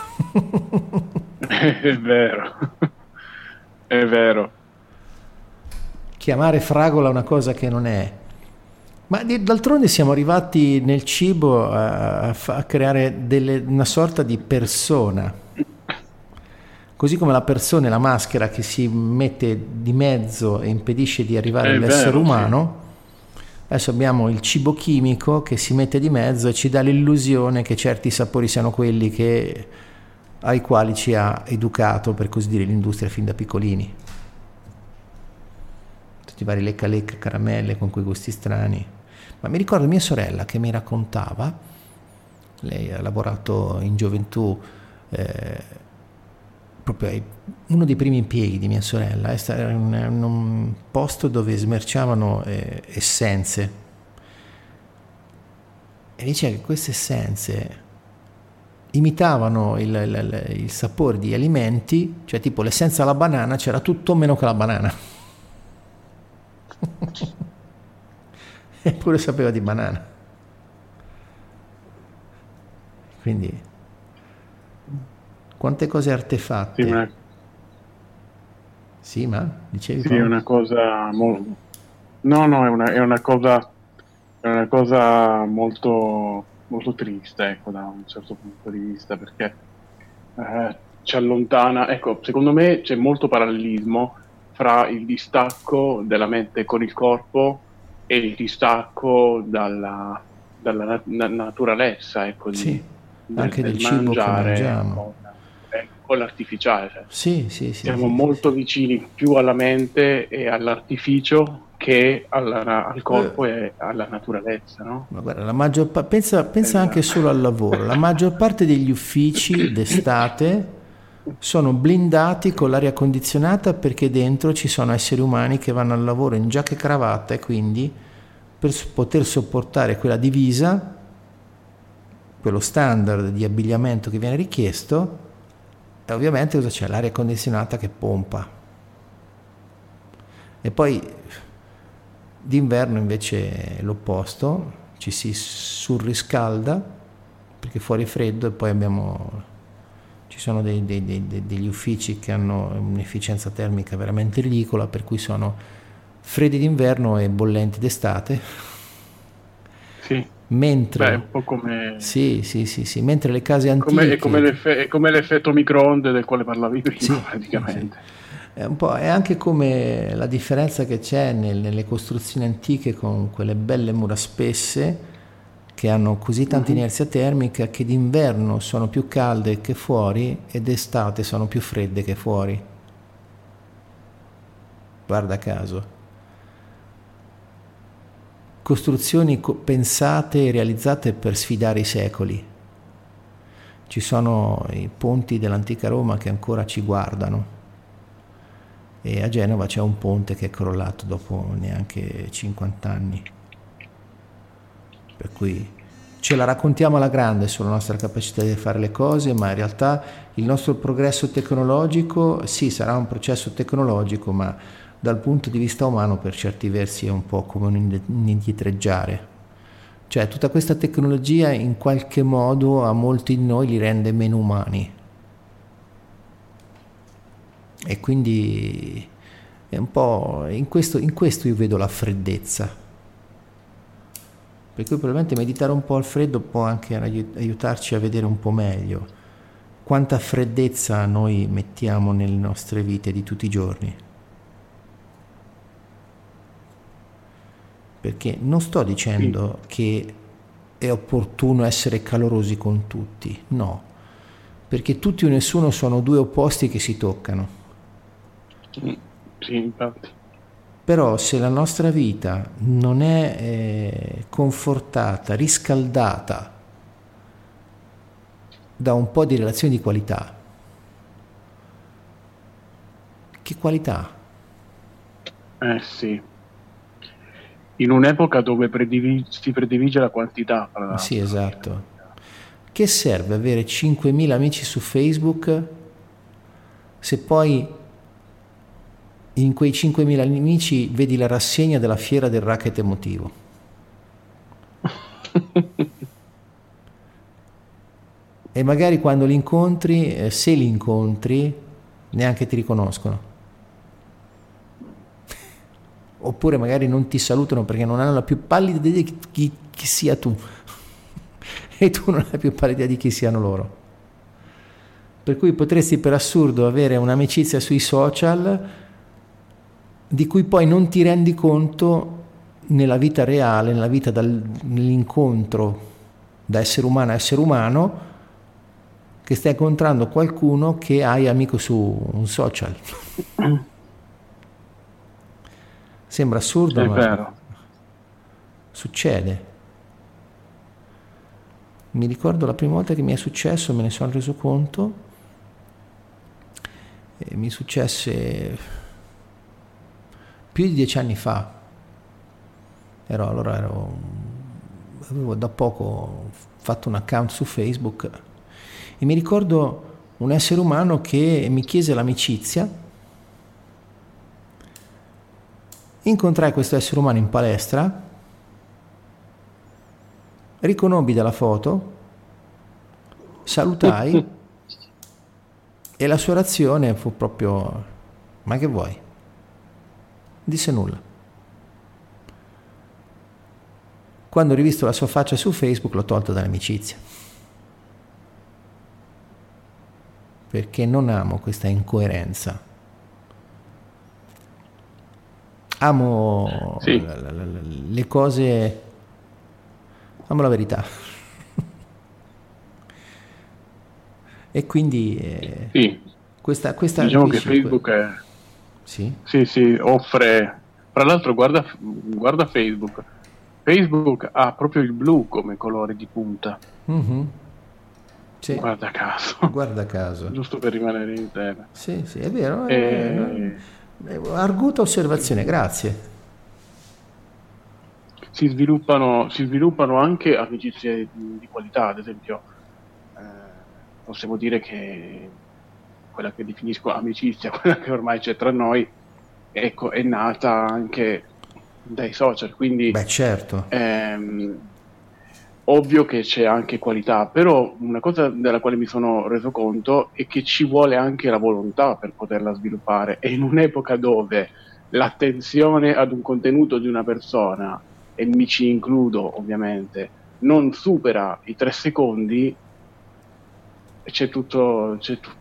È vero. È vero. Chiamare fragola una cosa che non è. Ma d'altronde siamo arrivati nel cibo a creare una sorta di persona. Così come la persona è la maschera che si mette di mezzo e impedisce di arrivare all'essere umano, sì. Adesso abbiamo il cibo chimico che si mette di mezzo e ci dà l'illusione che certi sapori siano quelli ai quali ci ha educato, per così dire, l'industria fin da piccolini. Tutti i vari lecca lecca, caramelle con quei gusti strani. Ma mi ricordo mia sorella che mi raccontava, lei ha lavorato in gioventù, proprio uno dei primi impieghi di mia sorella, era in un posto dove smerciavano essenze, e diceva che queste essenze imitavano il sapore di alimenti, cioè tipo l'essenza alla banana c'era tutto meno che la banana. Eppure sapeva di banana. Quindi quante cose artefatte. Sì, ma dicevi? Sì, è una cosa è una cosa molto molto triste, ecco, da un certo punto di vista, perché ci allontana. Ecco, secondo me c'è molto parallelismo fra il distacco della mente con il corpo e il distacco dalla naturalezza, ecco, sì, anche del cibo che mangiamo. Con l'artificiale. Cioè. Sì. Siamo molto vicini più alla mente e all'artificio che al corpo e alla naturalezza, no? Ma guarda, pensa anche solo al lavoro. La maggior parte degli uffici d'estate sono blindati con l'aria condizionata perché dentro ci sono esseri umani che vanno al lavoro in giacca e cravatta, e quindi per poter sopportare quella divisa, quello standard di abbigliamento che viene richiesto, E ovviamente cosa c'è? L'aria condizionata che pompa. E poi d'inverno invece è l'opposto, ci si surriscalda perché fuori è freddo, e poi ci sono degli uffici che hanno un'efficienza termica veramente ridicola, per cui sono freddi d'inverno e bollenti d'estate. Sì. Mentre Beh, un po' come... sì, mentre le case antiche... È come l'effetto microonde del quale parlavi prima, sì, praticamente. sì. È anche come la differenza che c'è nelle costruzioni antiche, con quelle belle mura spesse che hanno così tanta inerzia termica, che d'inverno sono più calde che fuori e d'estate sono più fredde che fuori. Guarda caso. Costruzioni pensate e realizzate per sfidare i secoli. Ci sono i ponti dell'antica Roma che ancora ci guardano, e a Genova c'è un ponte che è crollato dopo neanche 50 anni. Per cui ce la raccontiamo alla grande sulla nostra capacità di fare le cose, ma in realtà il nostro progresso tecnologico, sì, sarà un processo tecnologico, ma dal punto di vista umano per certi versi è un po' come un indietreggiare. Cioè tutta questa tecnologia in qualche modo a molti di noi li rende meno umani, e quindi è un po' in questo io vedo la freddezza, per cui probabilmente meditare un po' al freddo può anche aiutarci a vedere un po' meglio quanta freddezza noi mettiamo nelle nostre vite di tutti i giorni. Perché non sto dicendo che è opportuno essere calorosi con tutti, no, perché tutti o nessuno sono due opposti che si toccano. Sì, infatti. Però se la nostra vita non è confortata, riscaldata da un po' di relazioni di qualità, che qualità? Sì. In un'epoca dove si predilige la quantità. Sì, esatto. Che serve avere 5.000 amici su Facebook se poi in quei 5.000 amici vedi la rassegna della fiera del racket emotivo? E magari quando li incontri, se li incontri, neanche ti riconoscono. Oppure magari non ti salutano perché non hanno la più pallida idea di chi sia tu. E tu non hai la più pallida idea di chi siano loro. Per cui potresti per assurdo avere un'amicizia sui social di cui poi non ti rendi conto nella vita reale, nella vita nell'incontro da essere umano a essere umano, che stai incontrando qualcuno che hai amico su un social. Sembra assurdo, ma vero. Succede. Mi ricordo la prima volta che mi è successo, me ne sono reso conto, e mi successe più di 10 anni fa. Avevo da poco fatto un account su Facebook e mi ricordo un essere umano che mi chiese l'amicizia. Incontrai questo essere umano in palestra, riconobbi dalla foto, salutai e la sua reazione fu proprio: ma che vuoi? Disse nulla. Quando ho rivisto la sua faccia su Facebook l'ho tolto dall'amicizia, perché non amo questa incoerenza. Amo le cose, amo la verità. E quindi questa diciamo che Facebook offre, tra l'altro guarda Facebook. Facebook ha proprio il blu come colore di punta. Mm-hmm. Sì. Guarda caso. Guarda caso. Giusto per rimanere in tema. Sì, è vero. Arguta osservazione, grazie. Si sviluppano anche amicizie di qualità, ad esempio. Possiamo dire che quella che definisco amicizia, quella che ormai c'è tra noi, ecco, è nata anche dai social, quindi Beh, certo. ovvio che c'è anche qualità, però una cosa della quale mi sono reso conto è che ci vuole anche la volontà per poterla sviluppare, e in un'epoca dove l'attenzione ad un contenuto di una persona, e mi ci includo ovviamente, non supera i 3 secondi, c'è tutto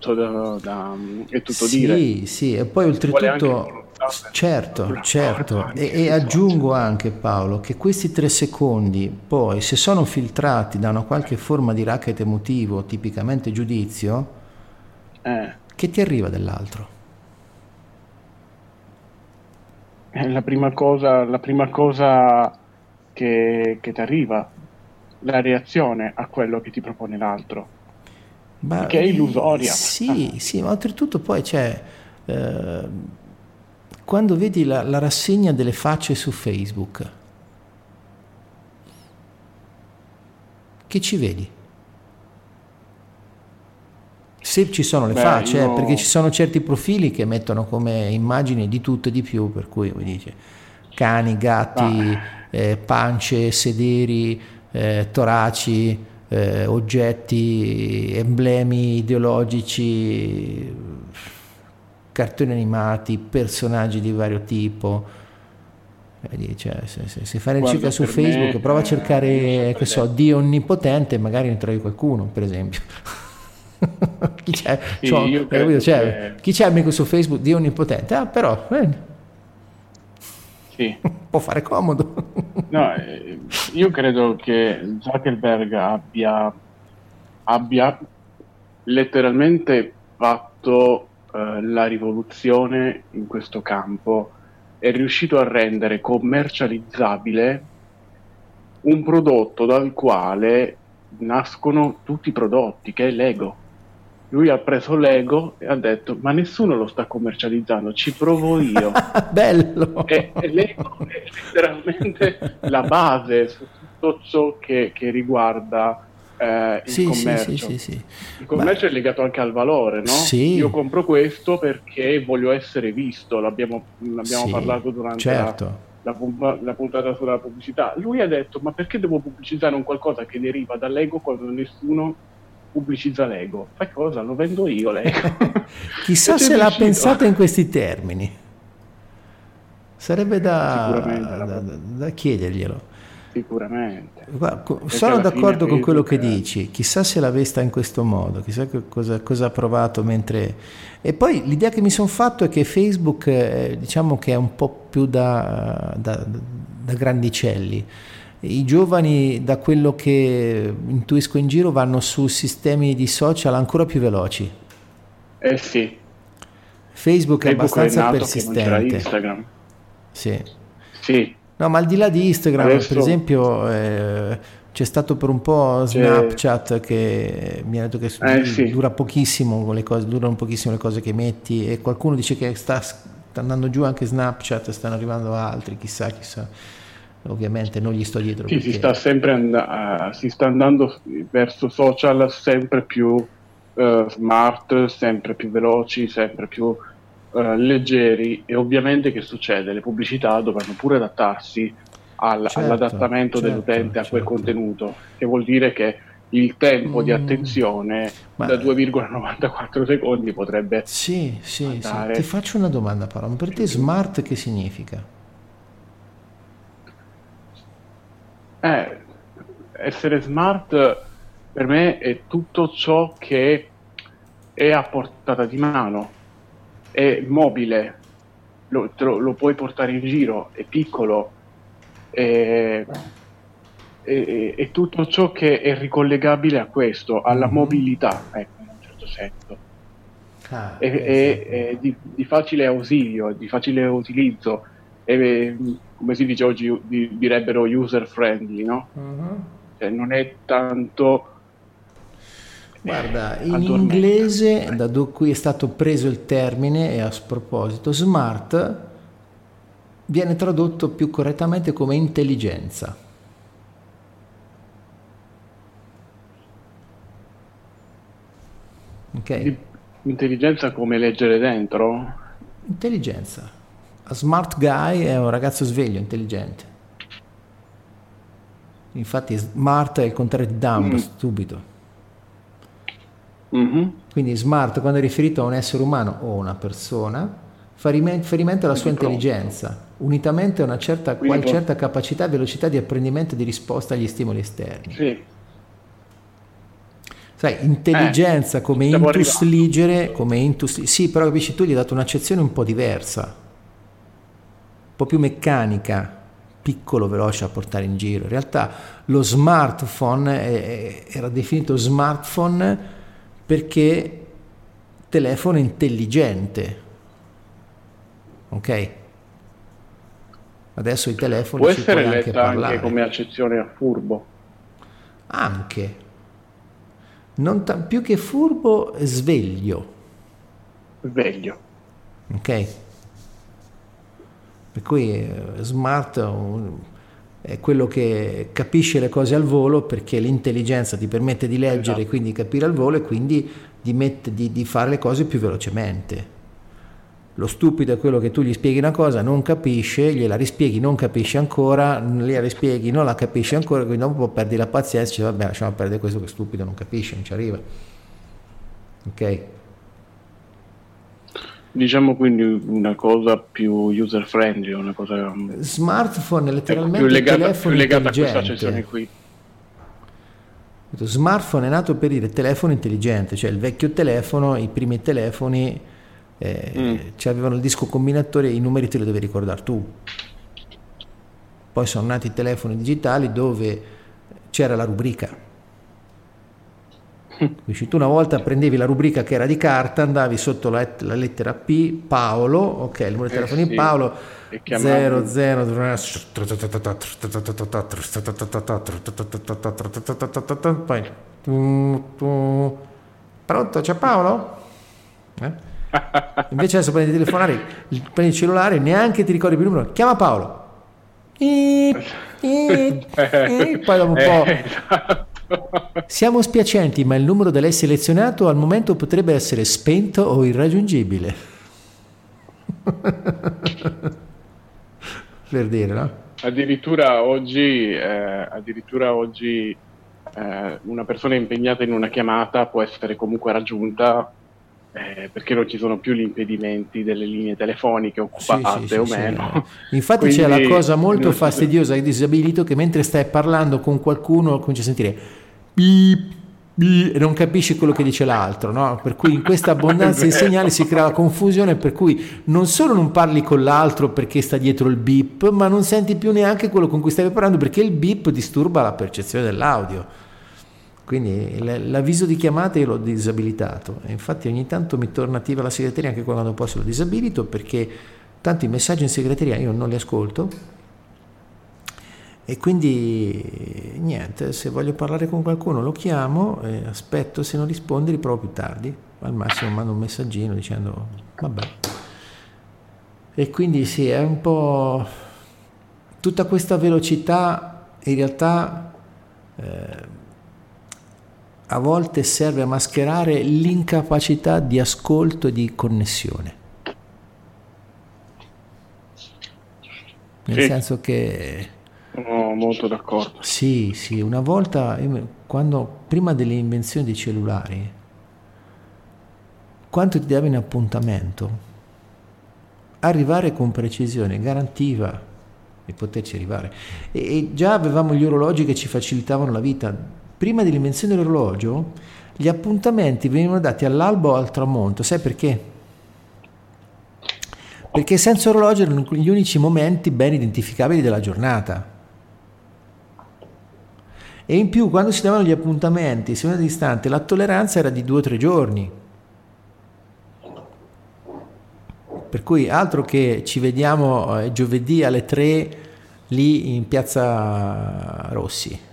è tutto dire. Sì, sì, e poi Vuole anche oltretutto, volontà per certo, certo, anche e sui aggiungo social. anche Paolo che questi 3 secondi, poi se sono filtrati da una qualche forma di racket emotivo, tipicamente giudizio, Eh, che ti arriva dall'altro? è la prima cosa che ti arriva, la reazione a quello che ti propone l'altro, Ma che è illusoria. sì, sì, ma oltretutto poi c'è, quando vedi la rassegna delle facce su Facebook, che ci vedi? Se ci sono le Beh, facce, perché ci io sono certi profili che mettono come immagini di tutto e di più, per cui mi dice cani, gatti, ma pance, sederi, toraci, oggetti, emblemi ideologici, cartoni animati, personaggi di vario tipo. Vedi, cioè, se fai una ricerca guarda, su per me, Facebook, prova a io ho cercare, che sempre so, detto, Dio Onnipotente, magari ne trovi qualcuno, per esempio. Chi c'è? sì, io Capito? credo Cioè, che chi c'è amico su Facebook? Dio Onnipotente. Ah, però, sì. può fare comodo. No, io credo che Zuckerberg abbia letteralmente fatto la rivoluzione in questo campo, è riuscito a rendere commercializzabile un prodotto dal quale nascono tutti i prodotti, che è Lego. Lui ha preso Lego e ha detto: ma nessuno lo sta commercializzando, ci provo io. Bello. E Lego è letteralmente la base su tutto ciò che riguarda il Sì, sì, sì, sì, commercio. sì. Il Ma commercio è legato anche al valore, no? Io sì, compro questo perché voglio essere visto, l'abbiamo sì, parlato durante certo. la puntata sulla pubblicità. Lui ha detto: ma perché devo pubblicizzare un qualcosa che deriva dall'ego quando nessuno pubblicizza l'ego? Fai cosa? Lo vendo io l'ego. E Chissà ci è se l'ha riuscito. pensata in questi termini. Sarebbe Sicuramente, da chiederglielo. sicuramente. Perché Sono alla fine d'accordo con quello Facebook che dici, chissà se l'ha vista in questo modo, chissà cosa ha provato mentre... E poi l'idea che mi sono fatto è che Facebook, diciamo che è un po' più da grandicelli. I giovani, da quello che intuisco in giro, vanno su sistemi di social ancora più veloci. eh sì, Facebook è Facebook è abbastanza nato che non c'era persistente, Instagram. sì. Sì, No, ma al di là di Instagram, per adesso esempio, c'è stato per un po' c'è. Snapchat che mi ha detto che Sì, dura pochissimo le cose, durano pochissimo le cose che metti, e qualcuno dice che sta andando giù anche Snapchat, stanno arrivando altri, chissà, chissà. Ovviamente non gli sto dietro sì, perché... si sta andando verso social sempre più smart, sempre più veloci, sempre più leggeri, e ovviamente che succede? Le pubblicità dovranno pure adattarsi Certo, all'adattamento certo, dell'utente a quel certo. contenuto, che vuol dire che il tempo di Mm, attenzione ma da 2,94 secondi potrebbe sì, sì, sì. Ti andare. faccio una domanda, Paolo. Per te Più giù. smart che significa? Eh, Essere smart per me è tutto ciò che è a portata di mano, è mobile, lo puoi portare in giro, è piccolo, è, è tutto ciò che è ricollegabile a questo, alla Mhm. mobilità, ecco, in un certo senso. Ah, pensa. È di facile ausilio, di facile utilizzo, come si dice oggi, direbbero user friendly, no? Mhm. Cioè, non è tanto Guarda, in addormenta. inglese, da cui è stato preso il termine, e a sproposito, smart viene tradotto più correttamente come intelligenza. Ok? Intelligenza come leggere dentro? Intelligenza. A smart guy è un ragazzo sveglio, intelligente. Infatti smart è il contrario di dumb, stupido. Quindi smart, quando è riferito a un essere umano o una persona, fa riferimento alla sua intelligenza, unitamente a una certa capacità e velocità di apprendimento e di risposta agli stimoli esterni. Sì. Sai, intelligenza come intus legere, sì, però capisci, tu gli hai dato un'accezione un po' diversa, un po' più meccanica, piccolo, veloce a portare in giro. In realtà lo smartphone era definito smartphone perché telefono intelligente, ok? Adesso i telefoni può ci essere puoi anche letta parlare. anche come accezione a furbo. Anche. Più che furbo, sveglio. Sveglio. Ok? Per cui smart è quello che capisce le cose al volo, perché l'intelligenza ti permette di leggere, quindi capire al volo, e quindi di fare le cose più velocemente. Lo stupido è quello che tu gli spieghi una cosa, non capisce, gliela rispieghi, non capisce ancora, gliela rispieghi, non la capisce ancora, quindi dopo perdi la pazienza e dici vabbè, lasciamo perdere questo che è stupido, non capisce, non ci arriva. Ok? Diciamo quindi una cosa più user friendly, una cosa smartphone è letteralmente più legata telefono a questa accezione qui. Smartphone è nato per dire telefono intelligente, cioè il vecchio telefono, i primi telefoni avevano il disco combinatore e i numeri te li devi ricordare tu. Poi sono nati i telefoni digitali dove c'era la rubrica. Quindi tu una volta prendevi la rubrica che era di carta, andavi sotto la lettera P, Paolo, ok, il numero di telefono di Paolo, 00 poi pronto, c'è Paolo? Invece adesso prendi il cellulare, neanche ti ricordi più il numero, chiama Paolo, poi dopo un po' siamo spiacenti, ma il numero da lei selezionato al momento potrebbe essere spento o irraggiungibile. Per dire, no? Addirittura oggi una persona impegnata in una chiamata può essere comunque raggiunta perché non ci sono più gli impedimenti delle linee telefoniche occupate o meno. Infatti quindi, c'è la cosa molto fastidiosa di disabilito, che mentre stai parlando con qualcuno cominci a sentire beep, beep, e non capisci quello che dice l'altro, no? Per cui in questa abbondanza di segnali si crea la confusione, per cui non solo non parli con l'altro perché sta dietro il beep, ma non senti più neanche quello con cui stavi parlando, perché il beep disturba la percezione dell'audio. Quindi l'avviso di chiamata io l'ho disabilitato, e infatti ogni tanto mi torna attiva la segreteria anche quando posso, lo disabilito, perché tanto i messaggi in segreteria io non li ascolto, e quindi niente, se voglio parlare con qualcuno lo chiamo, aspetto, se non risponde riprovo più tardi, al massimo mando un messaggino dicendo vabbè. E quindi sì, è un po' tutta questa velocità in realtà a volte serve a mascherare l'incapacità di ascolto e di connessione. Nel senso che... Sono molto d'accordo. Sì, una volta, prima delle invenzioni dei cellulari, quanto ti dava in appuntamento? Arrivare con precisione garantiva di poterci arrivare. E già avevamo gli orologi che ci facilitavano la vita. Prima dell'invenzione dell'orologio, gli appuntamenti venivano dati all'alba o al tramonto. Sai perché? Perché senza orologio erano gli unici momenti ben identificabili della giornata. E in più, quando si davano gli appuntamenti, se uno era distante, la tolleranza era di 2 o 3 giorni. Per cui altro che ci vediamo giovedì alle 3 lì in Piazza Rossi.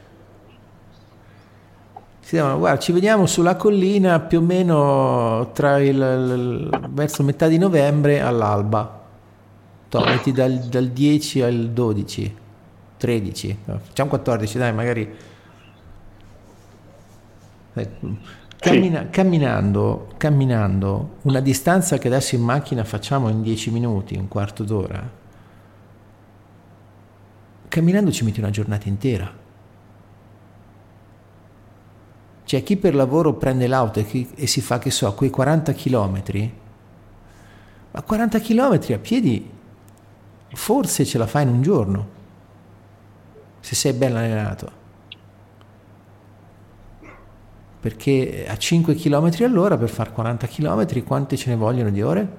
Si davano, guarda, ci vediamo sulla collina più o meno verso metà di novembre all'alba. Metti dal 10 al 12, 13, facciamo 14, dai, magari. Camminando una distanza che adesso in macchina facciamo in 10 minuti, un quarto d'ora, camminando ci metti una giornata intera. Cioè chi per lavoro prende l'auto e si fa, che so, quei 40 chilometri, ma 40 chilometri a piedi forse ce la fai in un giorno, se sei ben allenato. Perché a 5 km all'ora per fare 40 km quante ce ne vogliono di ore?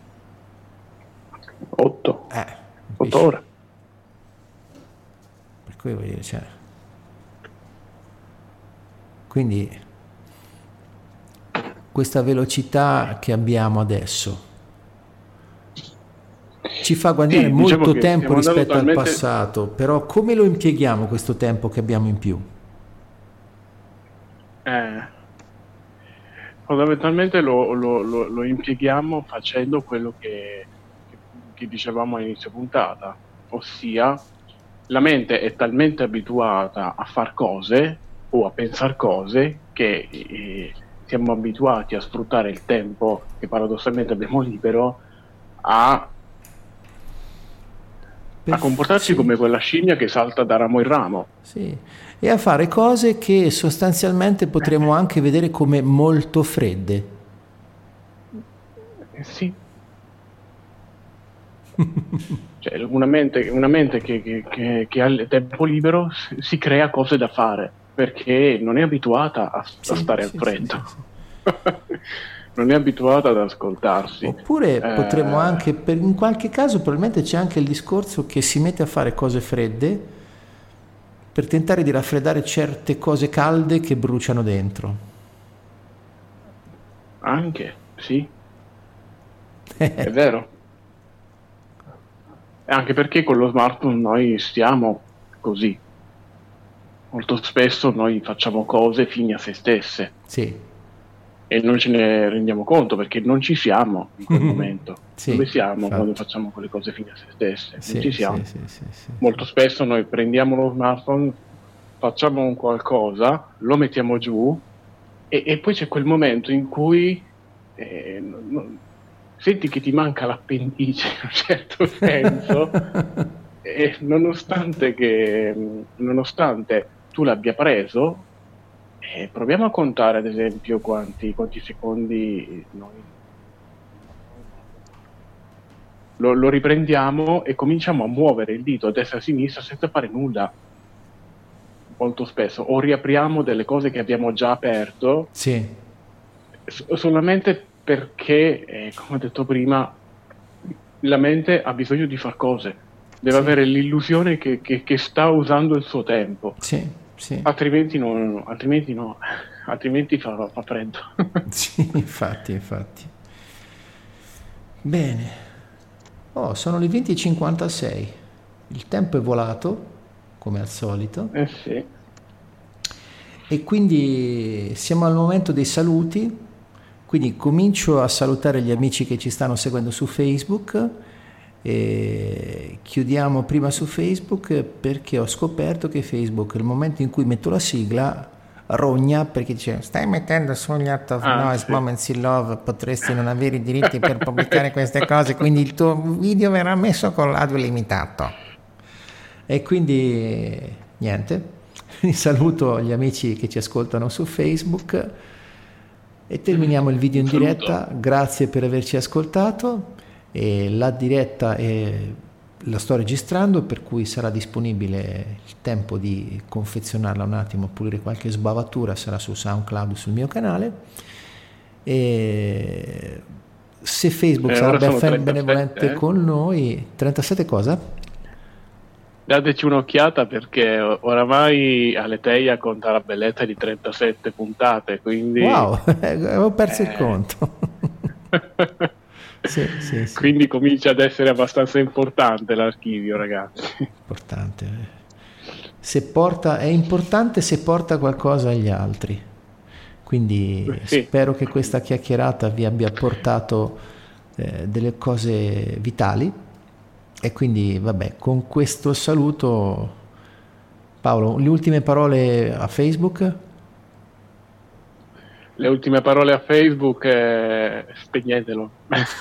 8 ore. Per cui voglio dire, cioè. Quindi questa velocità che abbiamo adesso ci fa guadagnare molto tempo rispetto al passato, però come lo impieghiamo questo tempo che abbiamo in più? Fondamentalmente lo impieghiamo facendo quello che dicevamo a inizio puntata, ossia la mente è talmente abituata a far cose o a pensare cose che siamo abituati a sfruttare il tempo che paradossalmente abbiamo libero a comportarci come quella scimmia che salta da ramo in ramo. Sì, e a fare cose che sostanzialmente potremmo anche vedere come molto fredde. Sì. Cioè, una mente che ha il tempo libero si crea cose da fare, perché non è abituata a stare al freddo. Non è abituata ad ascoltarsi. Oppure potremmo anche, in qualche caso probabilmente c'è anche il discorso che si mette a fare cose fredde per tentare di raffreddare certe cose calde che bruciano dentro. Anche, sì. È vero. Anche perché con lo smartphone noi stiamo così. Molto spesso noi facciamo cose fini a se stesse. Sì. E non ce ne rendiamo conto perché non ci siamo in quel momento. Sì, dove siamo infatti. quando facciamo quelle cose fine a se stesse? Sì, non ci siamo. Sì. Molto spesso noi prendiamo lo smartphone, facciamo un qualcosa, lo mettiamo giù e poi c'è quel momento in cui senti che ti manca l'appendice in un certo senso e nonostante tu l'abbia preso, proviamo a contare ad esempio quanti secondi noi lo riprendiamo e cominciamo a muovere il dito a destra e a sinistra senza fare nulla molto spesso, o riapriamo delle cose che abbiamo già aperto solamente perché, come ho detto prima, la mente ha bisogno di far cose, deve avere l'illusione che sta usando il suo tempo. Altrimenti fa freddo. Sì, infatti. Bene. Sono le 20:56. Il tempo è volato, come al solito. Sì. E quindi siamo al momento dei saluti. Quindi comincio a salutare gli amici che ci stanno seguendo su Facebook. E chiudiamo prima su Facebook perché ho scoperto che Facebook, nel momento in cui metto la sigla, rogna perché dice: stai mettendo sugli Art of Noise Moments in Love, potresti non avere i diritti per pubblicare queste cose, quindi il tuo video verrà messo con l'audio limitato. E quindi niente, saluto gli amici che ci ascoltano su Facebook e terminiamo il video in diretta. Grazie per averci ascoltato. E la diretta la sto registrando, per cui sarà disponibile il tempo di confezionarla un attimo, pulire qualche sbavatura, sarà su SoundCloud sul mio canale. E se Facebook sarà benevolente con noi. 37 cosa? Dateci un'occhiata perché oramai Aleteia conta la bellezza di 37 puntate, quindi wow, avevo perso il conto. Sì. Quindi comincia ad essere abbastanza importante l'archivio, ragazzi. Importante. È importante se porta qualcosa agli altri. Quindi spero che questa chiacchierata vi abbia portato delle cose vitali. E quindi vabbè, con questo saluto, Paolo, le ultime parole a Facebook? Le ultime parole a Facebook spegnetelo.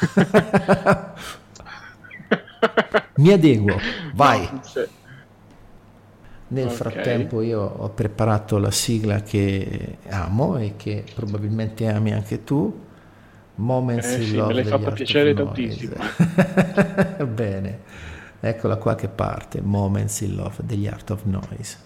Mi adeguo, vai. No, sì. Nel frattempo io ho preparato la sigla che amo e che probabilmente ami anche tu, Moments in Love. Me l'hai fatta piacere tantissimo. Bene, eccola qua che parte, Moments in Love degli Art of Noise.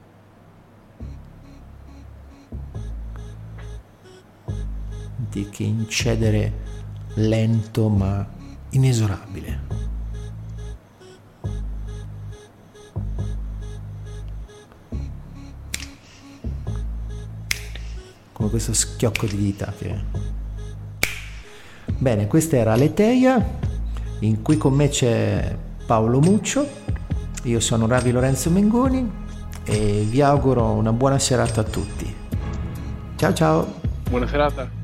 Di che incedere lento ma inesorabile. Come questo schiocco di dita che... Bene, questa era Aletheia, in cui con me c'è Paolo Muccio, io sono Ravi Lorenzo Mengoni e vi auguro una buona serata a tutti. Ciao ciao! Buona serata!